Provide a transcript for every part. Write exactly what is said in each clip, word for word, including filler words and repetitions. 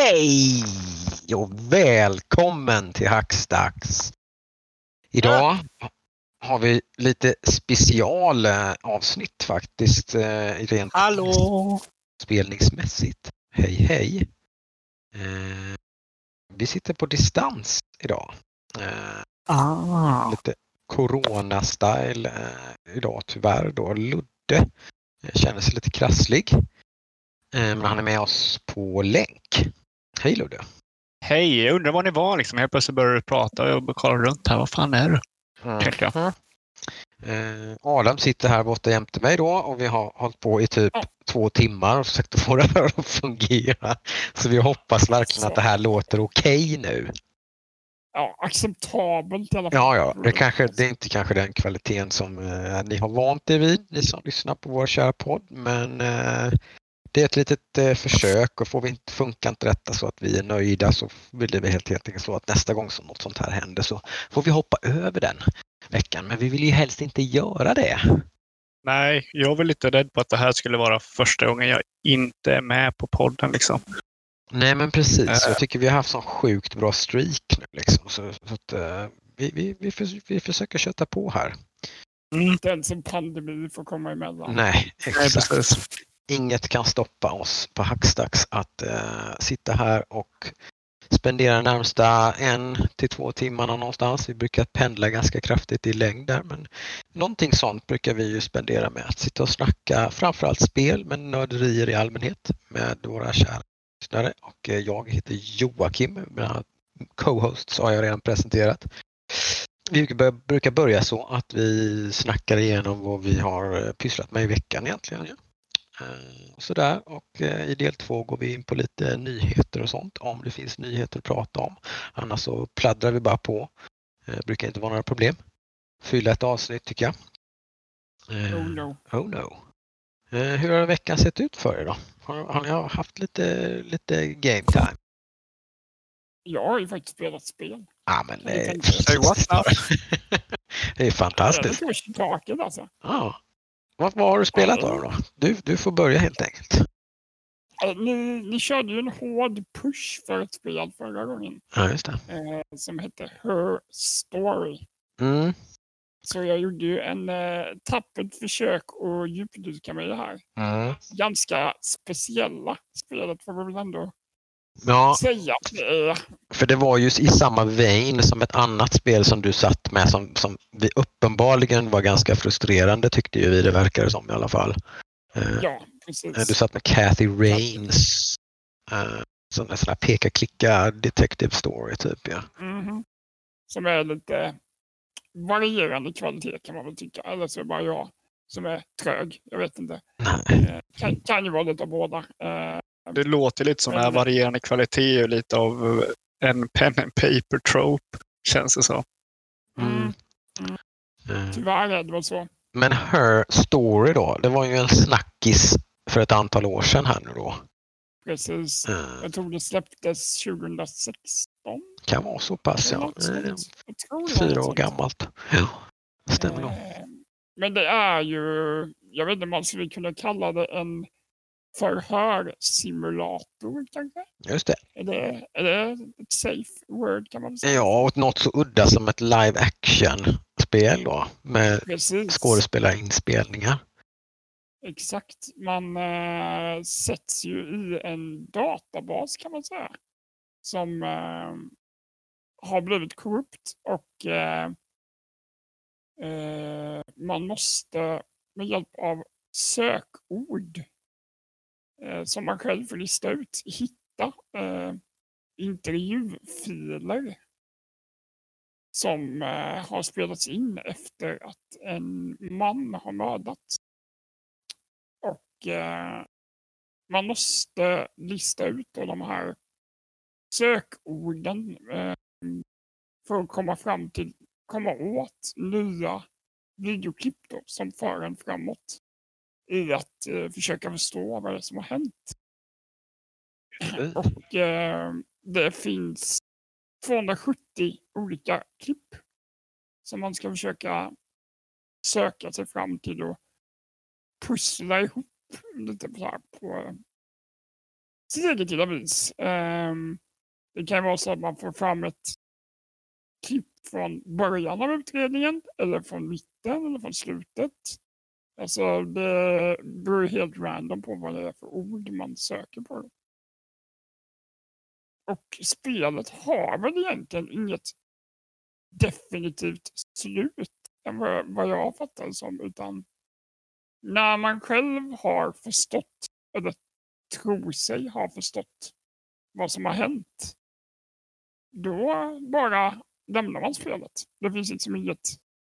Hej och välkommen till Hackstacks. Idag har vi lite specialavsnitt faktiskt, rent Hallå! spelningsmässigt. Hej hej. Vi sitter på distans idag. Ah. Lite corona-style idag tyvärr då. Ludde känner sig lite krasslig. Men han är med oss på länk. Hej Ludde. Hej, jag undrar var ni var liksom. Helt plötsligt började du prata och jag kollar runt här. Vad fan är du? Mm. Tänkte jag. Eh, Adam sitter här borta jämte mig då och vi har hållit på i typ ja. två timmar och försökt att få det här att fungera. Så vi hoppas verkligen Så. att det här låter okej okay nu. Ja, acceptabelt i alla fall. Ja, ja. Det, kanske, det är inte kanske den kvaliteten som eh, ni har vant er vid, ni som lyssnar på vår kära podd, men eh, det är ett litet eh, försök och får vi inte, funkar inte detta så att vi är nöjda så vill det helt enkelt så att nästa gång som något sånt här händer så får vi hoppa över den veckan. Men vi vill ju helst inte göra det. Nej, jag är väl lite rädd på att det här skulle vara första gången jag inte är med på podden liksom. Nej men precis, äh. jag tycker vi har haft sån sjukt bra streak nu liksom. Så, så att uh, vi, vi, vi, för, vi försöker köta på här. Inte ens en pandemi får komma emellan. Nej, exakt. Nej, inget kan stoppa oss på Hackstacks att uh, sitta här och spendera närmsta en till två timmarna någonstans. Vi brukar pendla ganska kraftigt i längd där, men någonting sånt brukar vi ju spendera med att sitta och snacka framförallt spel men nörderier i allmänhet med våra kära lyssnare. Och jag heter Joakim, mina co-hosts har jag redan presenterat. Vi brukar börja så att vi snackar igenom vad vi har pysslat med i veckan egentligen. Ja. Och sådär. Och i del två går vi in på lite nyheter och sånt om det finns nyheter att prata om. Annars så pladdrar vi bara på. Det brukar inte vara några problem. Fylla ett avsnitt tycker jag. Oh no. Oh no. Hur har veckan sett ut för er då? Har, har ni haft lite, lite game time? Jag har ju faktiskt spelat spel. Ja, men det är, det är fantastiskt. Det är tillbaka alltså. Ja. Vad, vad har du spelat då, då? Du, du får börja helt enkelt. Ni, ni körde ju en hård push för ett spel förra gången. Ja, just det. Eh, som hette Her Story. Mm. Så jag gjorde ju en eh, tappert försök att djupdyka med det här. Mm. Ganska speciella spelet får vi väl ändå ja, säga att det är. För det var ju i samma vein som ett annat spel som du satt med som, som vi uppenbarligen var ganska frustrerande tyckte ju vi det verkade som i alla fall. Ja, precis. Du satt med Kathy Rains uh, som en sån här peka-klicka detective story typ. Ja. Mm-hmm. Som är lite varierande kvalitet kan man väl tycka. Eller så är det bara jag som är trög. Jag vet inte. Nej. Kan, kan ju vara lite av båda. Uh, Det låter lite som här varierande kvalitet och lite av en pen and paper trope, känns det så. Mm. Mm. Tyvärr är det väl så. Men Her Story då, det var ju en snackis för ett antal år sedan här nu då. Precis. Mm. Jag tror det släpptes tjugohundrasexton. Kan vara så pass, ja. Jag Fyra år gammalt. Ja, det stämmer nog. Men det är ju, jag vet inte om man skulle kunna kalla det en förhörsimulator kanske? Just det. Är det, är det ett safe word kan man säga? Ja, och något så udda som ett live action-spel då. Med Precis. skådespelarinspelningar. Exakt. Man äh, sätts ju i en databas kan man säga. Som äh, har blivit korrupt och äh, äh, man måste med hjälp av sökord som man själv får lista ut, hitta eh, intervjufiler som eh, har spelats in efter att en man har mördats. Och eh, man måste lista ut då de här sökorden eh, för att komma fram till, komma åt nya videoklipp då, som för en framåt. I att eh, försöka förstå vad det är som har hänt. Mm. Och eh, det finns tvåhundrasjuttio olika klipp som man ska försöka söka sig fram till och pussla ihop lite så här på sitt eget lilla vis. Um, det kan vara så att man får fram ett klipp från början av utredningen eller från mitten eller från slutet. Alltså det beror helt random på vad det är för ord man söker på. Och spelet har väl egentligen inget definitivt slut än vad jag fattar det som, utan när man själv har förstått eller tror sig ha förstått vad som har hänt, då bara lämnar man spelet. Det finns liksom inget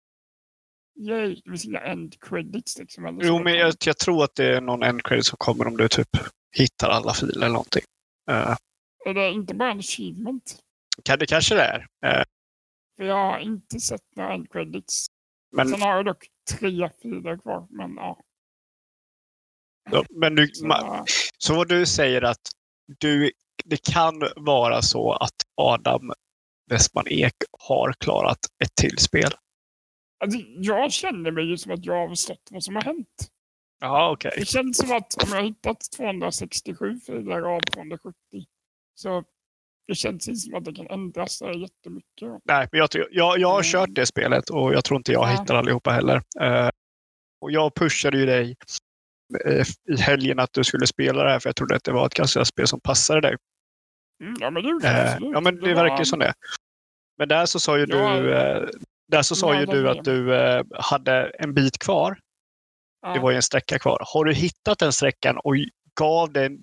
yay, det finns inga end credits liksom, eller jo, så. men jag, jag tror att det är någon end credit som kommer om du typ hittar alla filer eller någonting. Uh, är det inte bara en achievement? Kan det kanske det är. Uh, För jag har inte sett några end credits. Men, Sen har jag dock tre filer kvar, men ja. Då, men du, Så, ma, så vad du säger att du, det kan vara så att Adam Westman Ek har klarat ett till spel. alltså, jag känner mig ju som att jag har förstått vad som har hänt. Ja, okej. Det känns som att om jag har hittat tvåhundrasextiosju filer av tvåhundrasjuttio, så det känns inte som att det kan ändras så jättemycket. Nej, men jag, jag, jag har Mm. kört det spelet och jag tror inte jag Ja. hittar allihopa heller. Uh, och jag pushade ju dig uh, i helgen att du skulle spela det här, för jag trodde att det var ett ganska spel som passade dig. Mm, ja, men det gjorde jag Uh, absolut. ja, men det var- verkar ju som det. Men där så sa ju Ja, du, uh, där så sa ja, ju det du var att du uh, hade en bit kvar. ja. Det var ju en sträcka kvar. Har du hittat den sträckan och gav den,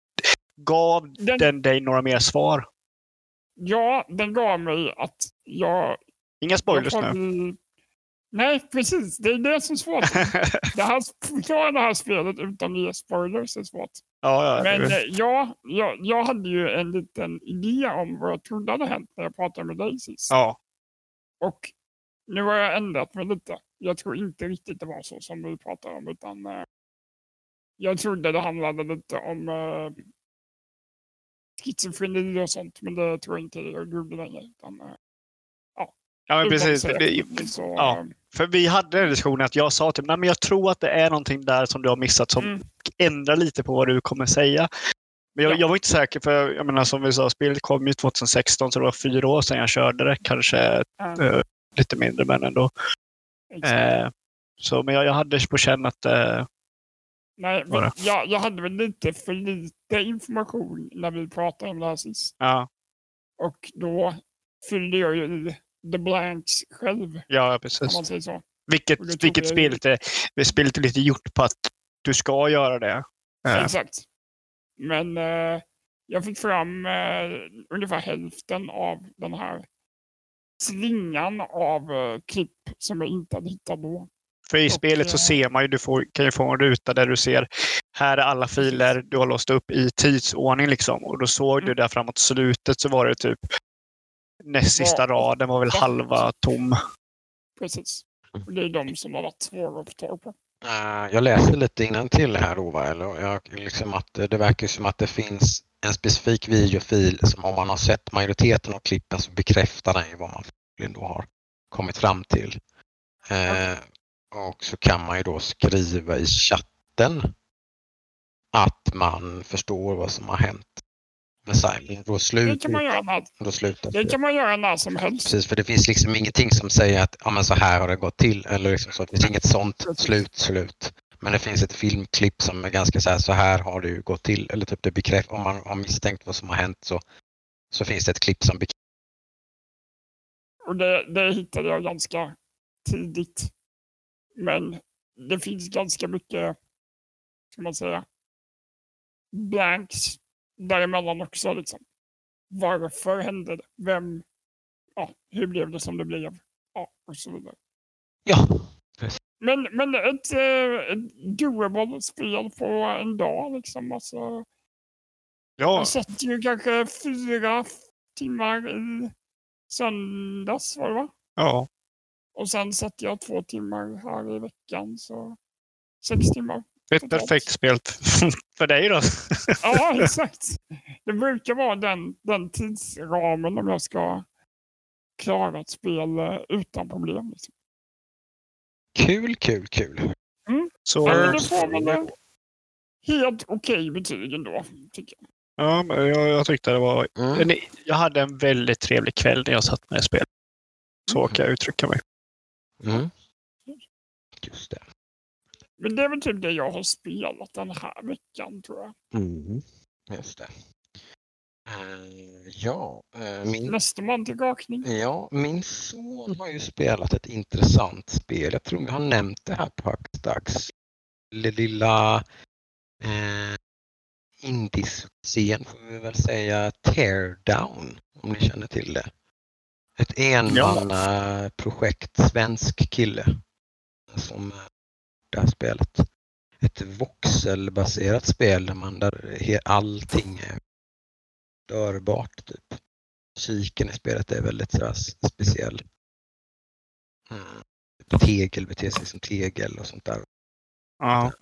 gav Den- den dig några mer svar? Ja, den gav mig att jag... Inga spoilers jag nu. nu. Nej, precis. Det är det som är svårt. det här, förklara det här spelet utan nya spoilers är svårt. ja, ja. Men eh, ja, jag, jag hade ju en liten idé om vad jag trodde hade hänt när jag pratade med dig sist. ja. Och nu har jag ändrat mig lite. Jag tror inte riktigt det var så som vi pratade om, utan eh, jag trodde det handlade lite om eh, schizofreni och sånt, men det tror jag inte jag gjorde längre. Utan, eh, Ja, men utan precis. säga Det, för mycket så, ja. eh, för vi hade en diskussion att jag sa typ, nej men jag tror att det är någonting där som du har missat som Mm. ändrar lite på vad du kommer säga. Men jag, Ja. jag var inte säker, för jag menar som vi sa, spelet kom ju tjugohundrasexton, så det var fyra år sedan jag körde det. Kanske eh, eh, lite mindre, men ändå. exakt. Eh, så, men jag, jag hade på känn att eh, Nej, Bara. men jag, jag hade väl lite för lite information när vi pratade om det här sist. ja, Och då fyllde jag ju i the blanks själv, ja, om precis. man säger så. Vilket, och det tog vilket jag- spelet är, det spelet är lite gjort på att du ska göra det. Eh, Exakt. Men eh, jag fick fram eh, ungefär hälften av den här slingan av eh, klipp som jag inte hade hittat då. För i Och, spelet så eh, ser man ju, du får, kan ju få en ruta där du ser, här är alla filer du har låst upp i tidsordning liksom. Och då såg du Mm. där framåt slutet så var det typ näst sista Ja, raden var väl åtta. halva tom. Precis. Och det är de som har varit svåra att få tag på. Eh, Jag läser lite innantill här, Ova. Eller jag, liksom att det verkar som att det finns en specifik videofil som om man har sett majoriteten av klippen så bekräftar den ju vad man förmodligen då har kommit fram till. Eh, och så kan man ju då skriva i chatten att man förstår vad som har hänt. Men sen, då, Det slut, kan man göra när, då slutar det kan man göra när som helst. Precis, för det finns liksom ingenting som säger att ja, men så här har det gått till. Eller liksom så, det finns inget sånt Precis. slut, slut. Men det finns ett filmklipp som är ganska så här, så här har det ju gått till. Eller typ det bekräftar, om man har misstänkt vad som har hänt så, så finns det ett klipp som bekräftar. Och det, det hittade jag ganska tidigt. Men det finns ganska mycket, ska man säga, blanks däremellan också. Liksom. Varför hände det? Vem? Ja, hur blev det som det blev? Ja, och så vidare. Ja, Men, men ett, eh, ett doable spel på en dag liksom. Alltså, Ja, jag satt ju kanske fyra timmar i söndags, var det va? ja. Och sen satt jag två timmar här i veckan, så sex timmar. Ett perfekt spel för dig då. Ja, exakt. Det brukar vara den, den tidsramen om jag ska klara ett spel eh, utan problem. Liksom. kul, kul, kul. Så Men det får man eh, helt okej betyg ändå, tycker jag. Ja, men jag, jag tyckte det var... Mm. Jag hade en väldigt trevlig kväll när jag satt med spel. Så kan jag uttrycka mig. Mm. Just det. Men det är väl typ det jag har spelat den här veckan, tror jag. Mm. Just det. Uh, ja, uh, min... Nästa man till rakning. Ja, min son har ju spelat ett intressant spel. Jag tror jag har nämnt det här på Hackstacks. Det lilla eh, indie-scen får vi väl säga Teardown, om ni känner till det. Ett enmanna projekt, svensk kille som det här spelet. Ett voxelbaserat spel där man där allting är dörbart typ. Kiken i spelet är väldigt sådär speciell. Mm. Tegel beter sig som tegel och sånt där. Ja.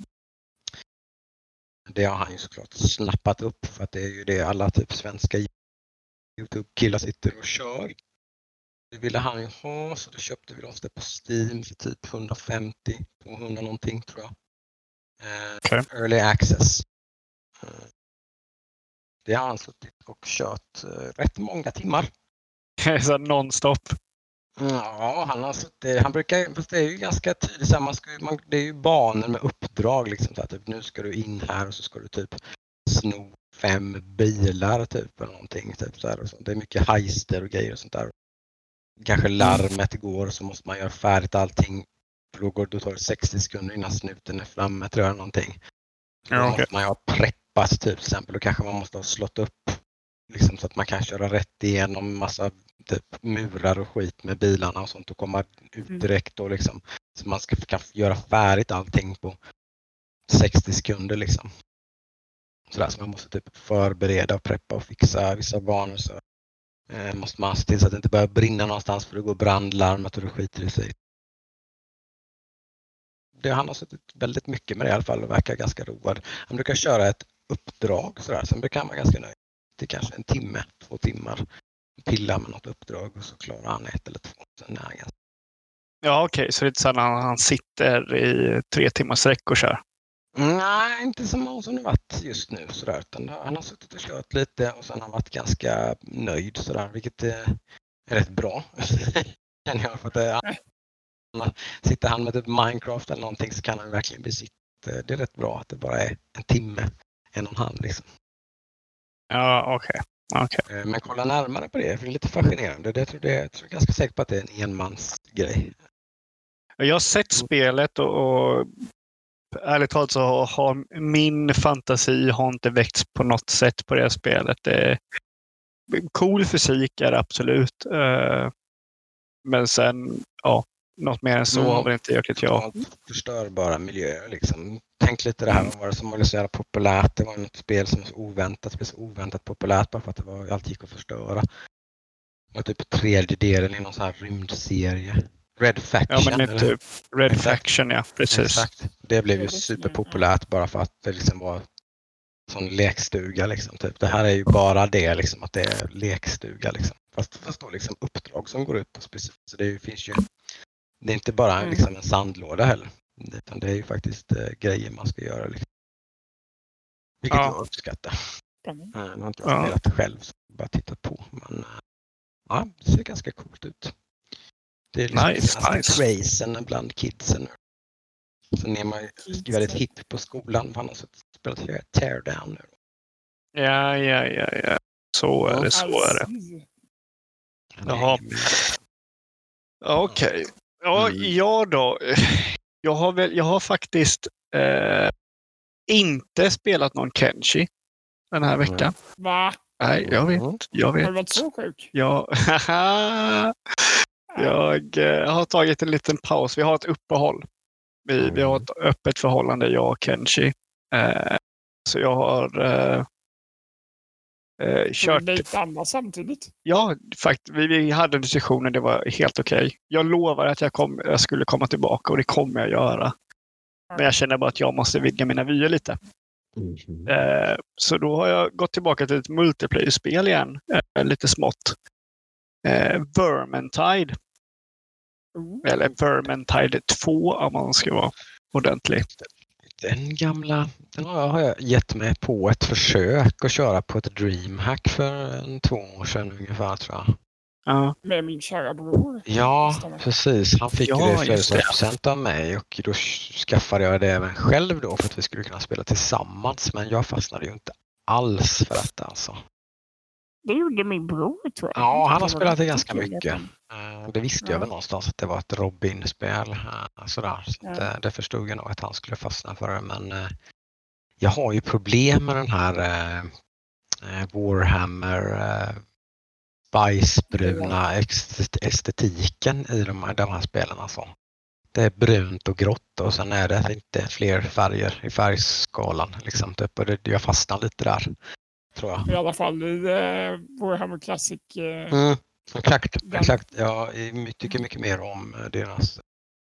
Det har han ju såklart snappat upp för att det är ju det alla typ svenska YouTube-killar sitter och kör. Det ville han ju ha, så då köpte vi oss det på Steam för typ hundrafemtio tvåhundra någonting tror jag. Eh, Okay. Early access. Eh, det har han suttit och kört eh, rätt många timmar. Så non-stop. Ja, han har suttit, han brukar, fast det är ju ganska tydligt så här, man ska, man, det är ju banor med uppdrag liksom så här, typ nu ska du in här och så ska du typ sno fem bilar typ eller någonting typ så här, och så. Det är mycket heister och grejer och sånt där. Kanske larmet går och så måste man göra färdigt allting. För då, går, då tar det sextio sekunder innan snuten är framme tror jag någonting. Så Ja, då okay. måste man ju ha preppat typ till exempel. Då kanske man måste ha slått upp liksom, så att man kan köra rätt igenom massa typ, murar och skit med bilarna och sånt och komma ut direkt då liksom. Så man ska kan göra färdigt allting på sextio sekunder liksom. Sådär, så man måste typ förbereda och preppa och fixa vissa banor så eh, måste man se till så att det inte börjar brinna någonstans för det går brandlarmet och det skiter i sig. Det, han har suttit väldigt mycket med det i alla fall och verkar ganska road. Han brukar köra ett uppdrag sådär, sen brukar han vara ganska nöjd. Det är kanske en timme, två timmar. Pilla med något uppdrag och så klarar han ett eller två. Sen är han ganska... Ja, okej. Okay. Så det är inte så att han, han sitter i tre timmars sträck och kör? Nej, inte som han som det varit just nu. Sådär. Utan han har suttit och kört lite och sen har han varit ganska nöjd. Sådär, vilket är rätt bra. Känner jag, för att det, sitter han med typ Minecraft eller någonting så kan han verkligen besitta. Det är rätt bra att det bara är en timme, en och en halv liksom. Ja, okej. Okay. Okay. Men kolla närmare på det, för det är lite fascinerande. Det tror jag, jag tror ganska säkert på att det är en enmansgrej. Jag har sett spelet och, och ärligt talat så har min fantasi har inte väckts på något sätt på det här spelet. Det är, cool fysik är det absolut. Men sen, ja, något mer än så mm. har väl inte gjort jag. Förstörbara miljöer liksom. Tänk lite det här, vad var det som var så jävla populärt? Det var något spel som var så oväntat, blev så oväntat populärt bara för att det var, allt gick att förstöra. Det var typ tredjedelen i någon sån här rymdserie. Red Faction. Ja, men det typ Red Exakt. Faction, ja, precis. Exakt. Det blev ju superpopulärt bara för att det liksom var sån lekstuga liksom. Typ. Det här är ju bara det liksom, att det är lekstuga liksom. Fast det står liksom uppdrag som går ut på specifikt. Så det är ju, finns ju, det är inte bara liksom en sandlåda heller. Utan det är ju faktiskt äh, grejer man ska göra. Liksom. Vilket ja. jag uppskattar. Mm. Äh, man har inte ja. spelat det själv, så bara tittat på. Men äh, ja, det ser ganska coolt ut. Det är liksom nice, nice. crazen bland kidsen. Sen är man ju väldigt hip på skolan. Han har spelat Teardown nu. Ja, ja, ja, ja. Så är det, så är det. Jaha. Okej. Okay. Ja, mm. ja då. Jag har, väl, jag har faktiskt eh, inte spelat någon Kenshi den här veckan. Va? Nej, jag vet. Jag vet. Har du varit så sjuk? Ja. jag eh, har tagit en liten paus. Vi har ett uppehåll. Vi, mm. vi har ett öppet förhållande, jag och Kenshi. Eh, så jag har eh, eh, kört... lite annat samtidigt? Ja, faktiskt. Vi, vi hade en diskussion och det var helt okej. Okay. Jag lovar att jag, kom, jag skulle komma tillbaka och det kommer jag göra. Men jag känner bara att jag måste vidga mina vyer lite. Mm. Eh, så då har jag gått tillbaka till ett multiplayer-spel igen. Eh, lite smått. Eh, Vermintide. Mm. Eller Vermintide två om man ska vara ordentlig. Den gamla, den har jag, har jag gett mig på ett försök att köra på ett DreamHack för en två år sedan ungefär, tror jag. Ja. Med min kära bror. Ja, precis. Han fick Ja, ju det just det. födelsedagspresent av mig och då skaffade jag det även själv då för att vi skulle kunna spela tillsammans. Men jag fastnade ju inte alls för detta alltså. Det gjorde min bror, tror jag. Ja, han har Det var spelat det riktigt ganska kul mycket. nästan. Eh, Det visste jag Ja. väl någonstans att det var ett Robin-spel. eh, Sådär. Så Ja. att, eh, det förstod jag nog att han skulle fastna för det. Men eh, jag har ju problem med den här eh, eh, Warhammer eh, bajsbruna ex- estetiken i de här, de här spelen. Alltså. Det är brunt och grått och sen är det inte fler färger i färgskalan. Liksom, typ. Och det, jag fastnar lite där, tror jag. I alla fall i eh, Warhammer Classic. Eh, Mm, exakt, Den- exakt. Jag är- tycker mycket mer om eh, deras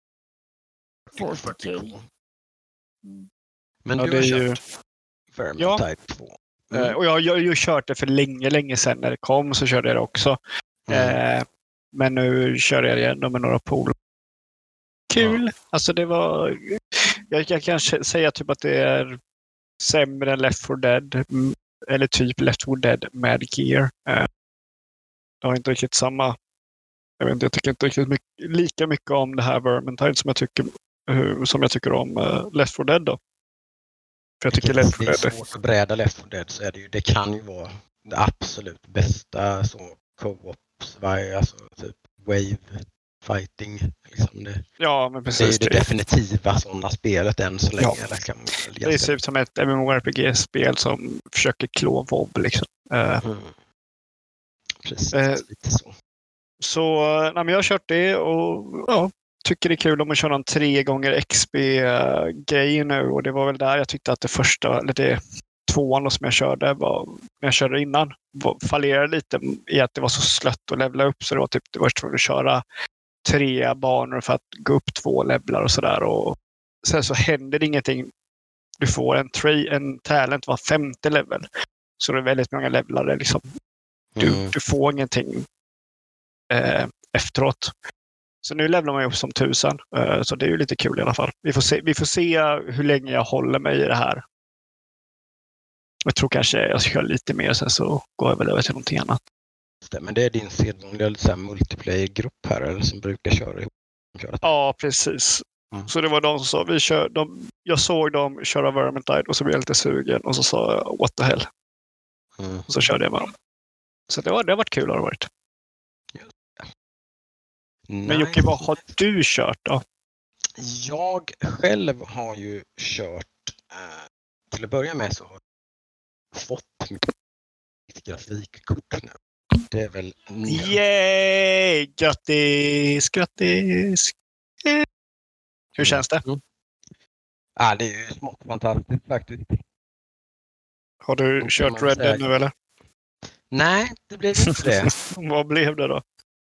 Force Kill. Mm. Men Ja, du det har är ju- kört Vermintide två. Eh, Mm. Och jag, jag har ju kört det för länge, länge sedan när det kom så körde jag det också. Mm. Eh, men nu kör jag det igen då med några pool. Kul! Alltså det var... Jag, jag kan k- säga typ att det är sämre än Left four Dead. mm, Eller typ Left four Dead med gear. Eh, det har inte riktigt samma... Jag vet inte, jag tycker inte riktigt mycket, lika mycket om det här Vermintide som jag tycker, eh, som jag tycker om uh, Left four Dead då. För jag tycker Vilket Left four det är Dead... svårt att bräda Left four Dead så är det ju, det kan ju vara det absolut bästa så co-ops, alltså typ wave fighting. Liksom det, Ja, men det är ju precis. det definitiva sådana spelet än så länge. Ja. Det kan man väl Det ser ganska- ut som ett MMORPG-spel som försöker klå W O B liksom. Eh, Mm. Precis, Eh, lite så. Så nej, men jag har kört det och ja, tycker det är kul om man kör någon tre gånger X P-grej nu. Och det var väl där jag tyckte att det första, eller det tvåan då som jag körde, var, när jag körde innan, var, fallerade lite i att det var så slött att levla upp. Så det var typ, det var tvungen att köra tre banor för att gå upp två levlar och sådär. Och sen så händer det ingenting. Du får en, tra- en talent var femte level. Så det är väldigt många levlare liksom. Du, Mm. du får ingenting eh, efteråt. Så nu levlar man ju upp som tusen. Eh, så det är ju lite kul i alla fall. Vi får, se, vi får se hur länge jag håller mig i det här. Jag tror kanske jag ska köra lite mer, sen så går jag väl över till någonting annat. Men det är din sedvanliga lite så här multiplayer-grupp här eller, som brukar köra ihop? Köra. Ja, precis. Mm. Så det var de som sa, vi kör, de, jag såg dem köra Vermintide och så blev jag lite sugen och så sa jag what the hell. Mm. Och så körde jag med dem. Så det, var, det har varit kul har det varit. Men Jocke, vad har du kört då? Jag själv har ju kört, eh, till att börja med så har jag fått mitt grafikkort nu. Det är väl... Yay! Grattis! Grattis! Hur känns det? Mm. Ja, det är ju smått fantastiskt faktiskt. Har du kan kört man Red säga. Dead nu eller? Nej, det blev inte det. Vad blev det då?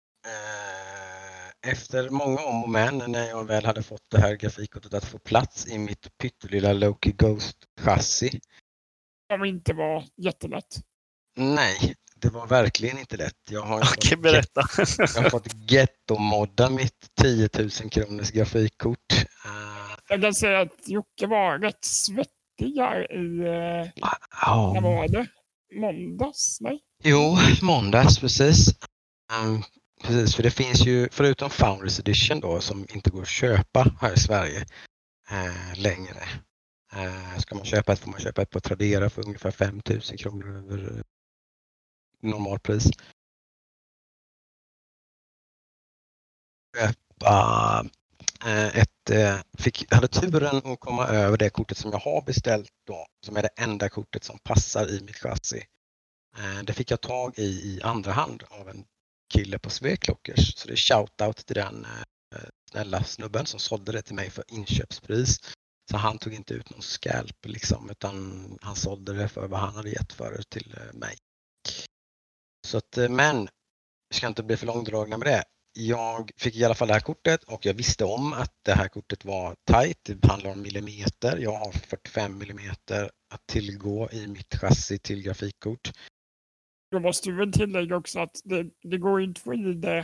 Eh, Efter många om och men när jag väl hade fått det här grafikkortet att få plats i mitt pyttelilla Loki Ghost-chassi. Som inte var jättelätt. Nej, det var verkligen inte lätt. Jag har, Okej, fått, berätta. jag har fått getto-modda mitt tio tusen kronors grafikkort. Eh, Jag kan säga att Jocke var rätt svettig här i... Eh, ja. när var det? Måndags? Nej? Jo, måndags precis. Um, precis, för det finns ju förutom Founders Edition då som inte går att köpa här i Sverige eh, längre. Eh, ska man köpa ett får man köpa ett på Tradera för ungefär fem tusen kronor över normalpris. Köpa eh, ett, eh, fick, hade turen att komma över det kortet som jag har beställt då, som är det enda kortet som passar i mitt chassi. Det fick jag tag i i andra hand av en kille på Sveklockers. Så det är shoutout till den eh, snälla snubben som sålde det till mig för inköpspris. Så han tog inte ut någon scalp liksom, utan han sålde det för vad han hade gett för det till eh, mig. Så att, eh, men jag ska inte bli för långdragna med det. Jag fick i alla fall det här kortet och jag visste om att det här kortet var tight. Det handlar om millimeter. Jag har fyrtiofem millimeter att tillgå i mitt chassi till grafikkort. Då måste vi väl tillägga också att det, det går inte att få i det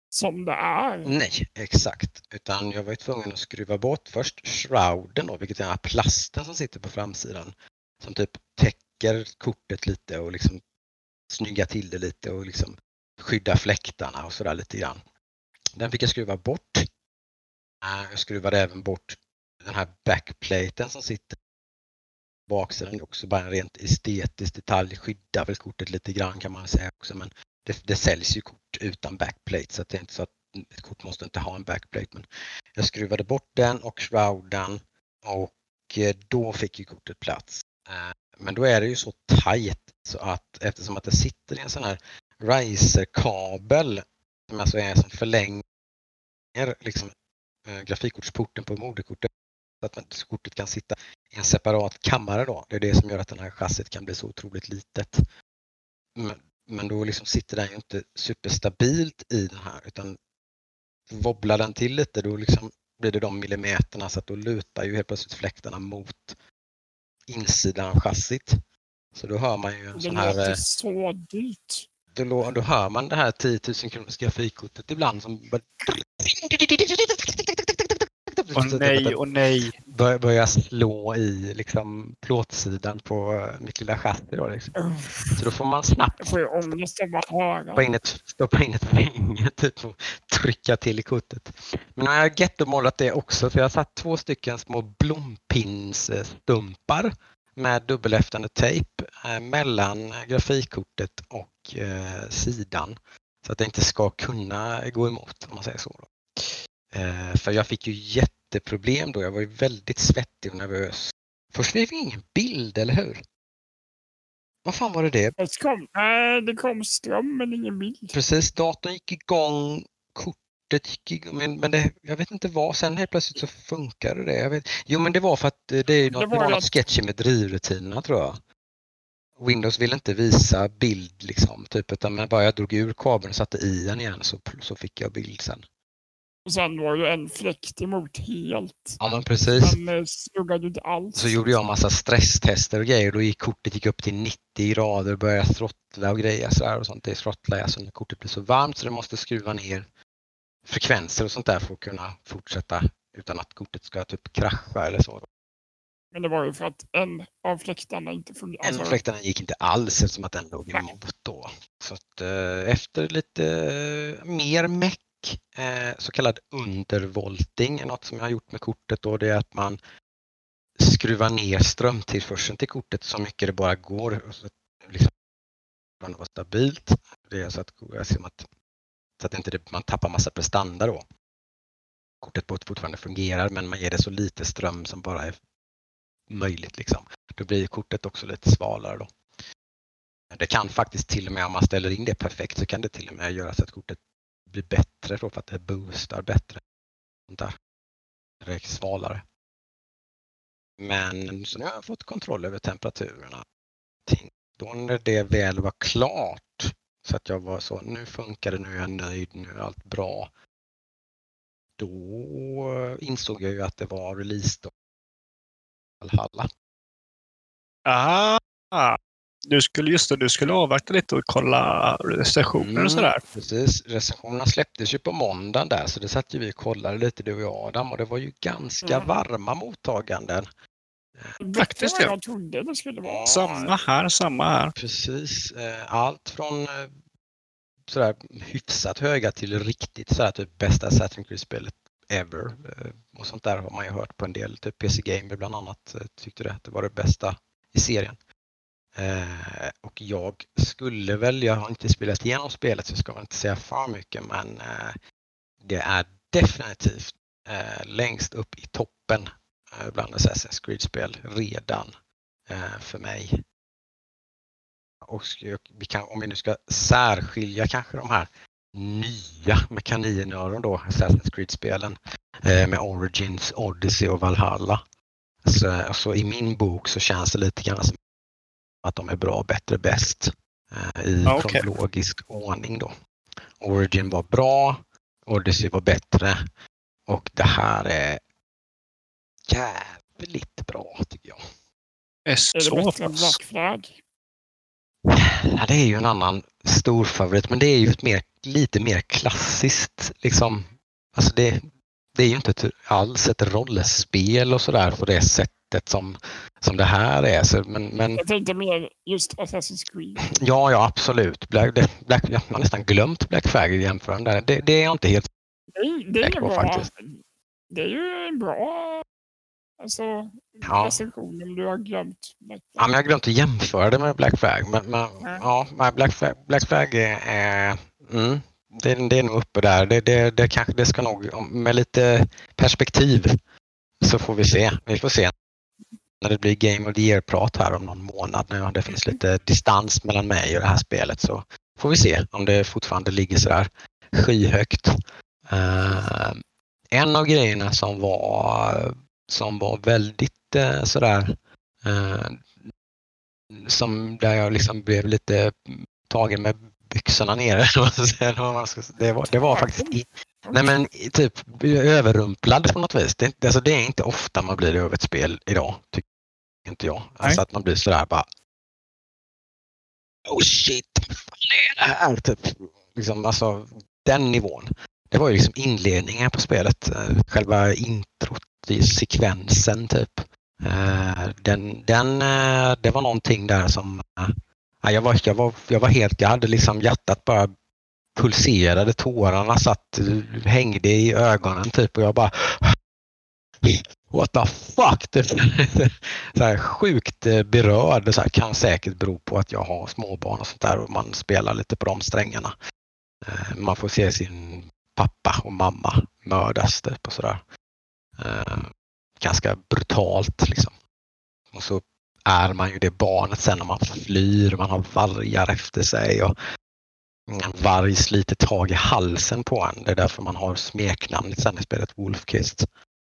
som det är. Nej, exakt. Utan jag var ju tvungen att skruva bort först shrouden då, vilket är den här plasten som sitter på framsidan. Som typ täcker kortet lite och liksom snygga till det lite och liksom skydda fläktarna och sådär lite grann. Den fick jag skruva bort. Jag skruvade även bort den här backplaten som sitter på baksidan. Också bara en rent estetisk detalj. Skyddar väl kortet lite grann kan man säga också. Men det, det säljs ju kort utan backplate så att det är inte så att ett kort måste inte ha en backplate. Men jag skruvade bort den och shrouden och då fick ju kortet plats. Men då är det ju så tajt så att eftersom att det sitter i en sån här riser-kabel som alltså är som förlänger liksom äh, grafikkortsporten på moderkortet så att man, kortet kan sitta i en separat kammare då. Det är det som gör att den här chassit kan bli så otroligt litet. Men, men då liksom sitter den ju inte superstabilt i den här utan wobblar den till lite då liksom blir det de millimeterna så att då lutar ju helt plötsligt fläktarna mot insidan av chassit. Så då hör man ju en det sån här... Det låter så dyrt. Då, då hör man det här tio tusen kronors grafikkortet ibland som bara... Åh nej, åh nej. Bör, börjar slå i liksom plåtsidan på mitt lilla chassi då liksom. Så då får man snabbt jag får ju ångest av att höra. Stoppa in ett, stoppa in ett finger typ och trycka till i kortet. Men jag har gettomålat det också för jag har satt två stycken små blompinsstumpar med dubbelhäftande tejp eh, mellan grafikkortet och eh, sidan. Så att det inte ska kunna gå emot om man säger så. Då. Eh, för jag fick ju jätteproblem då. Jag var ju väldigt svettig och nervös. Först fick vi ingen bild, eller hur? Vad fan var det det? Det kom, nej, det kom ström men ingen bild. Precis, datorn gick igång, kortet gick igång, men, men det, jag vet inte vad. Sen helt plötsligt så funkade det. Jag vet, jo men det var för att det, är något, det var, det var något sketchy med drivrutinerna tror jag. Windows ville inte visa bild liksom, typ, utan men bara jag drog ur kabeln och satte i den igen så, så fick jag bild sen. Och sen var ju en fläkt emot helt. Ja men precis. Men sluggade inte alls. Så gjorde jag en massa stresstester och grejer. Då gick kortet gick upp till nittio grader och började throttla och grejer så där och sånt. Det throttlar alltså när kortet blir så varmt så det måste skruva ner frekvenser och sånt där för att kunna fortsätta utan att kortet ska typ krascha eller så. Men det var ju för att en av fläktarna inte fungerade. En av fläktarna gick inte alls eftersom att den låg emot då. Så att eh, efter lite eh, mer meck Eh, så kallad undervolting är något som jag har gjort med kortet då, det är att man skruvar ner strömtillförseln till kortet så mycket det bara går och så liksom det vara stabilt. Det är så att, så att, så att inte det, man tappar massa prestanda då. Kortet fortfarande fungerar men man ger det så lite ström som bara är möjligt liksom. Då blir kortet också lite svalare då. Det kan faktiskt till och med om man ställer in det perfekt så kan det till och med göra så att kortet blir bättre då för att det boostar bättre. Sånt där. Det är svalare. Men så nu har jag fått kontroll över temperaturerna. Då när det väl var klart så att jag var så, nu funkar det, nu är jag nöjd, nu är allt bra. Då insåg jag ju att det var release då. Valhalla. Ah, du skulle just det, du skulle avvakta lite och kolla recensioner mm, och sådär. Precis, recensionerna släpptes ju på måndagen där så det satt ju vi och kollade lite du och jag Adam och det var ju ganska mm. varma mottaganden. Faktiskt jag trodde det skulle vara. Samma här, samma här. Precis, allt från sådär hyfsat höga till riktigt sådär typ bästa Assassin's Creed-spelet ever. Och sånt där har man ju hört på en del, typ P C Gamer bland annat tyckte det, det var det bästa i serien. Eh, och jag skulle väl, jag har inte spelat igenom spelet så jag ska väl inte säga för mycket men eh, det är definitivt eh, längst upp i toppen eh, bland Assassin's Creed-spel redan eh, för mig. Och vi kan, om vi nu ska särskilja kanske de här nya mekaninerna då, Assassin's Creed-spelen eh, med Origins, Odyssey och Valhalla. Så alltså, i min bok så känns det lite grann som att de är bra, bättre, bäst eh, i okay. kronologisk ordning då. Origin var bra, Odyssey var bättre och det här är jävligt bra tycker jag. Är, är det bättre än Black Flag? Ja, det är ju en annan stor favorit, men det är ju ett mer, lite mer klassiskt liksom. Alltså det, det är ju inte ett, alls ett rollspel och sådär på det sättet som, som det här är. Så, men, men, Jag tänkte mer just Assassin's Creed. ja, ja absolut. Black, Black, jag har nästan glömt Black Flag i jämförande. Det, det är jag inte helt Det är, det är säker på bra. faktiskt. Det är ju en bra alltså, Ja. recension om du har glömt Black Flag. Ja, men jag har glömt att jämföra det med Black Flag. Men, men ja, ja Black Flag, Black Flag är... är mm, det, det är nog uppe där. Det, det, det, kanske, det ska nog... Med lite perspektiv så får vi se. Vi får se när det blir Game of the Year-prat här om någon månad. När det finns lite distans mellan mig och det här spelet så får vi se om det fortfarande ligger så där skyhögt. Uh, en av grejerna som var, som var väldigt uh, sådär... Uh, som där jag liksom blev lite tagen med byxorna nere. Det var, det var faktiskt i, nej men, typ överrumplad på något vis. Det, alltså, det är inte ofta man blir över ett spel idag, tycker inte jag. Alltså att man blir sådär bara oh shit, vad fan är det här? Typ, liksom, alltså, den nivån. Det var ju liksom inledningen på spelet. Själva introt i sekvensen typ. Den, den, det var någonting där som jag var, jag var, jag var helt, jag hade liksom hjärtat bara pulserade, tårarna satt, hängde i ögonen typ och jag bara what the fuck? Det, så här, sjukt berörd. Så här, kan säkert bero på att jag har småbarn och sånt där och man spelar lite på de strängarna. Man får se sin pappa och mamma mördas typ och sådär. Ganska brutalt liksom. Och så är man ju det barnet sen när man flyr, man har vargar efter sig och en varg sliter tag i halsen på en. Det är därför man har smeknamnet sen i spelet Wolf-Kissed.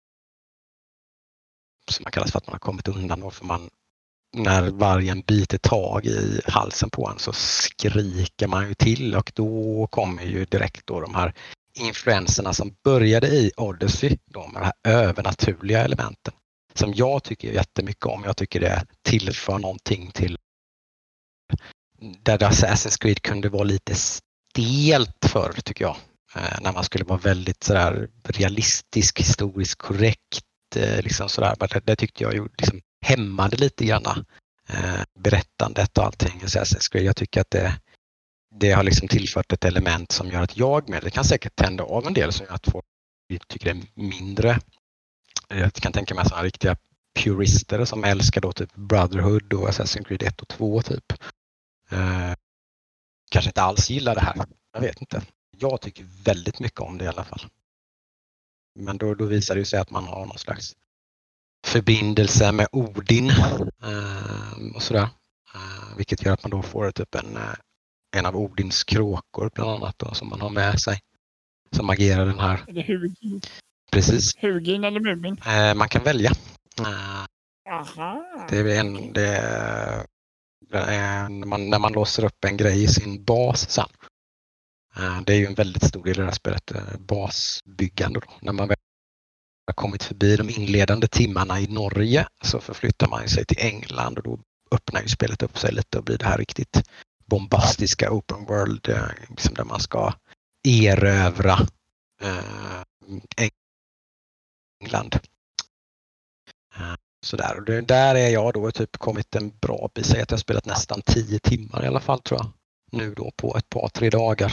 Som man kallas för att man har kommit undan och för man, när vargen biter tag i halsen på en så skriker man ju till och då kommer ju direkt då de här influenserna som började i Odyssey, de här övernaturliga elementen som jag tycker jättemycket om. Jag tycker det tillför någonting till där Assassin's Creed kunde vara lite stelt förr tycker jag. Eh, när man skulle vara väldigt sådär realistisk, historiskt korrekt eh, liksom sådär. Men det, det tyckte jag ju liksom hämmade lite grann eh, berättandet och allting i Assassin's Creed. Jag tycker att det det har liksom tillfört ett element som gör att jag med det kan säkert tända av en del som gör att folk tycker det är mindre. Jag kan tänka mig sådana riktiga purister som älskar då typ Brotherhood och Assassin's Creed ett och två typ. Eh, kanske inte alls gillar det här. Jag vet inte. Jag tycker väldigt mycket om det i alla fall. Men då, då visar det ju sig att man har någon slags förbindelse med Odin eh, och sådär. Eh, vilket gör att man då får typ en en av Odins kråkor bland annat då, som man har med sig. Som agerar den här. Är det Hugin? Precis. Hugin eller Mumin? Eh, man kan välja. Eh, Aha. det är en, det är, det är när, man, när man låser upp en grej i sin bas sen. Eh, det är ju en väldigt stor del i det här spelet. Eh, basbyggande då. När man väl har kommit förbi de inledande timmarna i Norge så förflyttar man sig till England och då öppnar ju spelet upp sig lite och blir det här riktigt bombastiska open world eh, liksom där man ska erövra eh, England. Eh, sådär. Och det, där är jag då typ kommit en bra bit. Säg att jag har spelat nästan tio timmar i alla fall tror jag. Nu då på ett par, tre dagar.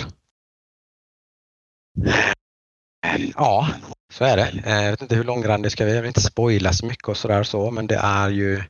Eh, ja, så är det. Eh, jag vet inte hur långrandig ska vi. Jag vill inte spoila så mycket och sådär så. Men det är ju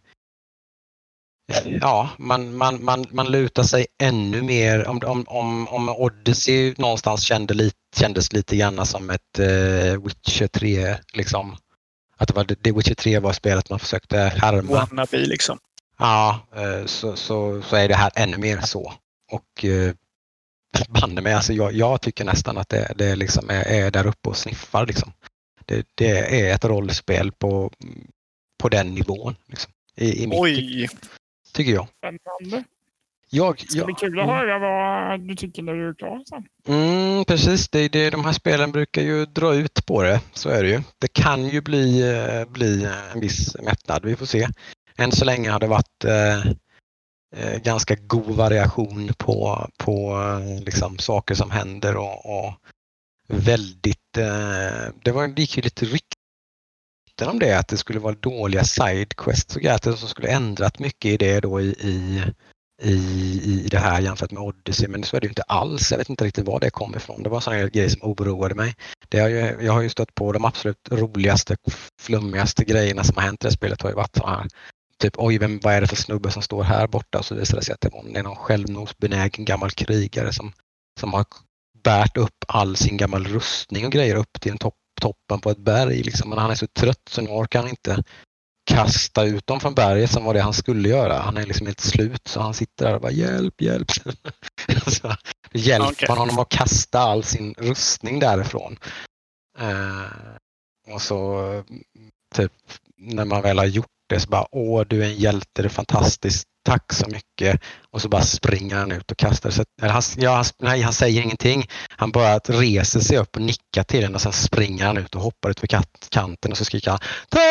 ja, man, man, man, man lutar sig ännu mer om, om, om, om Odyssey någonstans kände lite, kändes lite grann som ett uh, Witcher tre liksom. Att det var det Witcher tre var spelet man försökte härma. Wannabe liksom. Ja, uh, så, så, så är det här ännu mer så. Och uh, banne mig, alltså jag, jag tycker nästan att det, det liksom är, är där uppe och sniffar liksom. Det, det är ett rollspel på, på den nivån liksom. I, i Oj! Tycker jag. Spännande. Jag, det ska bli kul att höra vad du tycker när du är klar sen. Mm, precis, det, det, de här spelen brukar ju dra ut på det, så är det ju. Det kan ju bli, bli en viss mättnad, vi får se. Än så länge har det varit, eh, ganska god variation på, på eh, liksom saker som händer och, och väldigt, eh, det var det gick ju lite rykten om det, att det skulle vara dåliga sidequests och grejer som skulle ändrat mycket i det då i, i, i, i det här jämfört med Odyssey, men så är det ju inte alls. Jag vet inte riktigt var det kom ifrån. Det var sådana grejer som oroade mig. Det har ju, jag har ju stött på de absolut roligaste, flummigaste grejerna som har hänt i det spelet har ju varit så här. Typ, oj, vem, vad är det för snubbe som står här borta? Och så visar det sig att det är någon självmordsbenägen gammal krigare som, som har bärt upp all sin gammal rustning och grejer upp till en topp, toppen på ett berg. Liksom. Men han är så trött så nu orkar han inte kasta ut dem från berget som var det han skulle göra. Han är liksom helt slut så han sitter där och bara hjälp, hjälp. Så hjälper okay. man honom att kasta all sin rustning därifrån. Uh, och så typ när man väl har gjort det så bara, åh du är en hjälte, det är fantastiskt, tack så mycket. Och så bara springer han ut och kastar sig. Han, ja, han, nej, han säger ingenting. Han bara reser sig upp och nickar till den och sen springer han ut och hoppar ut för kat- kanten och så skriker han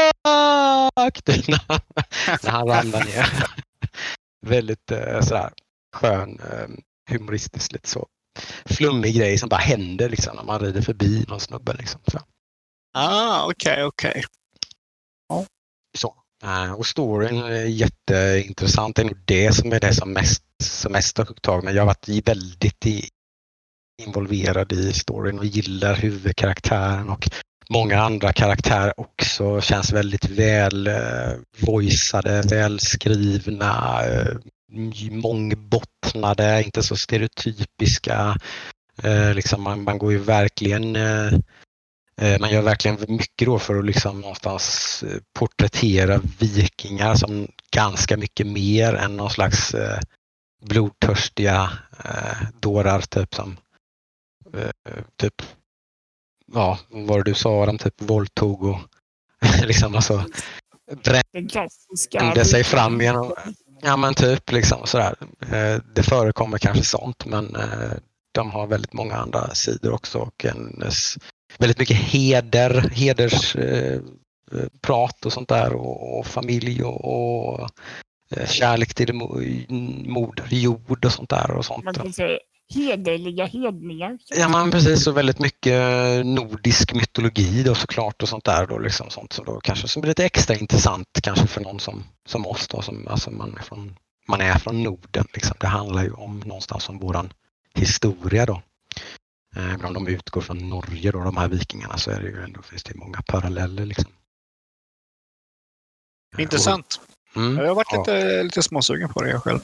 tack när han ramlar ner. Väldigt uh, sådär skön, uh, humoristisk, lite så flummig grej som bara händer liksom när man rider förbi någon snubbe liksom. Så. Ah, okej, okay, okej. Okay. Ja. Så. Uh, och storyn är jätteintressant. Det är nog det som är det som mest, som mest har tagit mig. Jag har varit väldigt i, involverad i storyn och gillar huvudkaraktären och många andra karaktärer också känns väldigt väl uh, voiceade, välskrivna, uh, mångbottnade, inte så stereotypiska. Uh, liksom man, man går ju verkligen uh, Man gör verkligen mycket då för att liksom någonstans porträttera vikingar som ganska mycket mer än någon slags eh, blodtörstiga eh, dårar typ som eh, typ ja, vad var det du sa, de typ våldtog och liksom alltså brände sig fram genom ja men typ liksom sådär. Eh, det förekommer kanske sånt men eh, de har väldigt många andra sidor också och en väldigt mycket heder, heders eh, prat och sånt där och, och familj och, och eh, kärlek till moder jord och sånt där och sånt. Man kan säga hederliga hedningar. Ja men precis, så väldigt mycket nordisk mytologi då såklart och sånt där då liksom sånt som då kanske som blir lite extra intressant kanske för någon som, som oss då som alltså man är från man är från Norden liksom. Det handlar ju om någonstans om våran historia då. Men om de utgår från Norge då, de här vikingarna, så är det ju ändå, finns det många paralleller liksom. Intressant. Mm, jag har varit ja. lite, lite småsugen på det jag själv.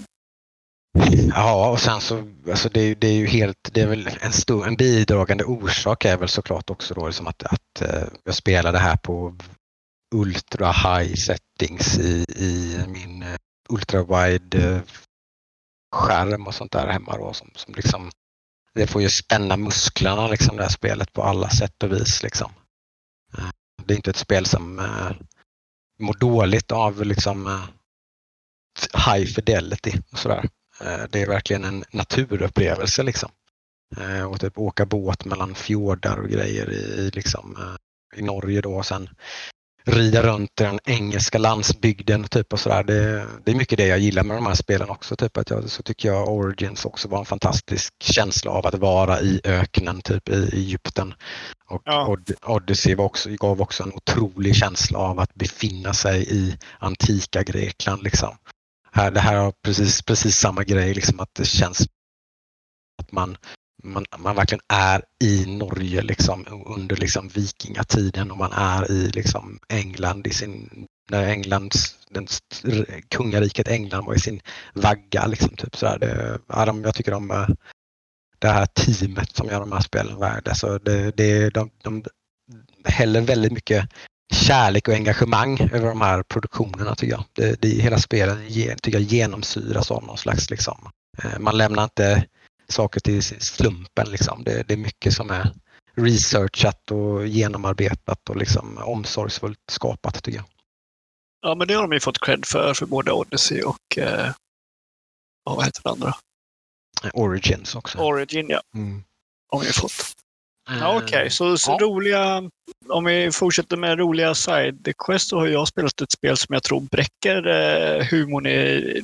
Ja, och sen så, alltså det, det är ju helt, det är väl en stor, en bidragande orsak är väl såklart också då liksom att, att jag spelar det här på ultra high settings i, i min ultra wide skärm och sånt där hemma då som, som liksom det får ju spänna musklerna liksom det här spelet på alla sätt och vis liksom. Det är inte ett spel som uh, mår dåligt av liksom uh, high fidelity och sådär. Uh, det är verkligen en naturupplevelse liksom. Uh, och typ åka båt mellan fjordar och grejer i, liksom, uh, i Norge då och sen rida runt den engelska landsbygden typ och sådär. Det, det är mycket det jag gillar med de här spelen också. Typ att jag, så tycker jag Origins också var en fantastisk känsla av att vara i öknen typ i Egypten. Och ja. Odyssey var också, gav också en otrolig känsla av att befinna sig i antika Grekland liksom. Här, det här har precis, precis samma grej liksom att det känns att man Man, man verkligen är i Norge liksom, under liksom vikingatiden och man är i liksom England i sin, när Englands, den, kungariket England var i sin vagga liksom, typ sådär. Det, ja, de, jag tycker om det här teamet som gör de här spelen värda. Så det, det, de, de häller väldigt mycket kärlek och engagemang över de här produktionerna tycker jag. Det, det, hela spelet tycker jag genomsyras av någon slags liksom, man lämnar inte saker till slumpen liksom. Det, det är mycket som är researchat och genomarbetat och liksom omsorgsfullt skapat tycker jag. Ja men det har de ju fått cred för för både Odyssey och eh, vad heter det andra? Origins också. Origin ja. Mm. Har vi fått. Ja, okej, okay. så, så ja. roliga, om vi fortsätter med roliga sidequests så har jag spelat ett spel som jag tror bräcker eh, humorn i,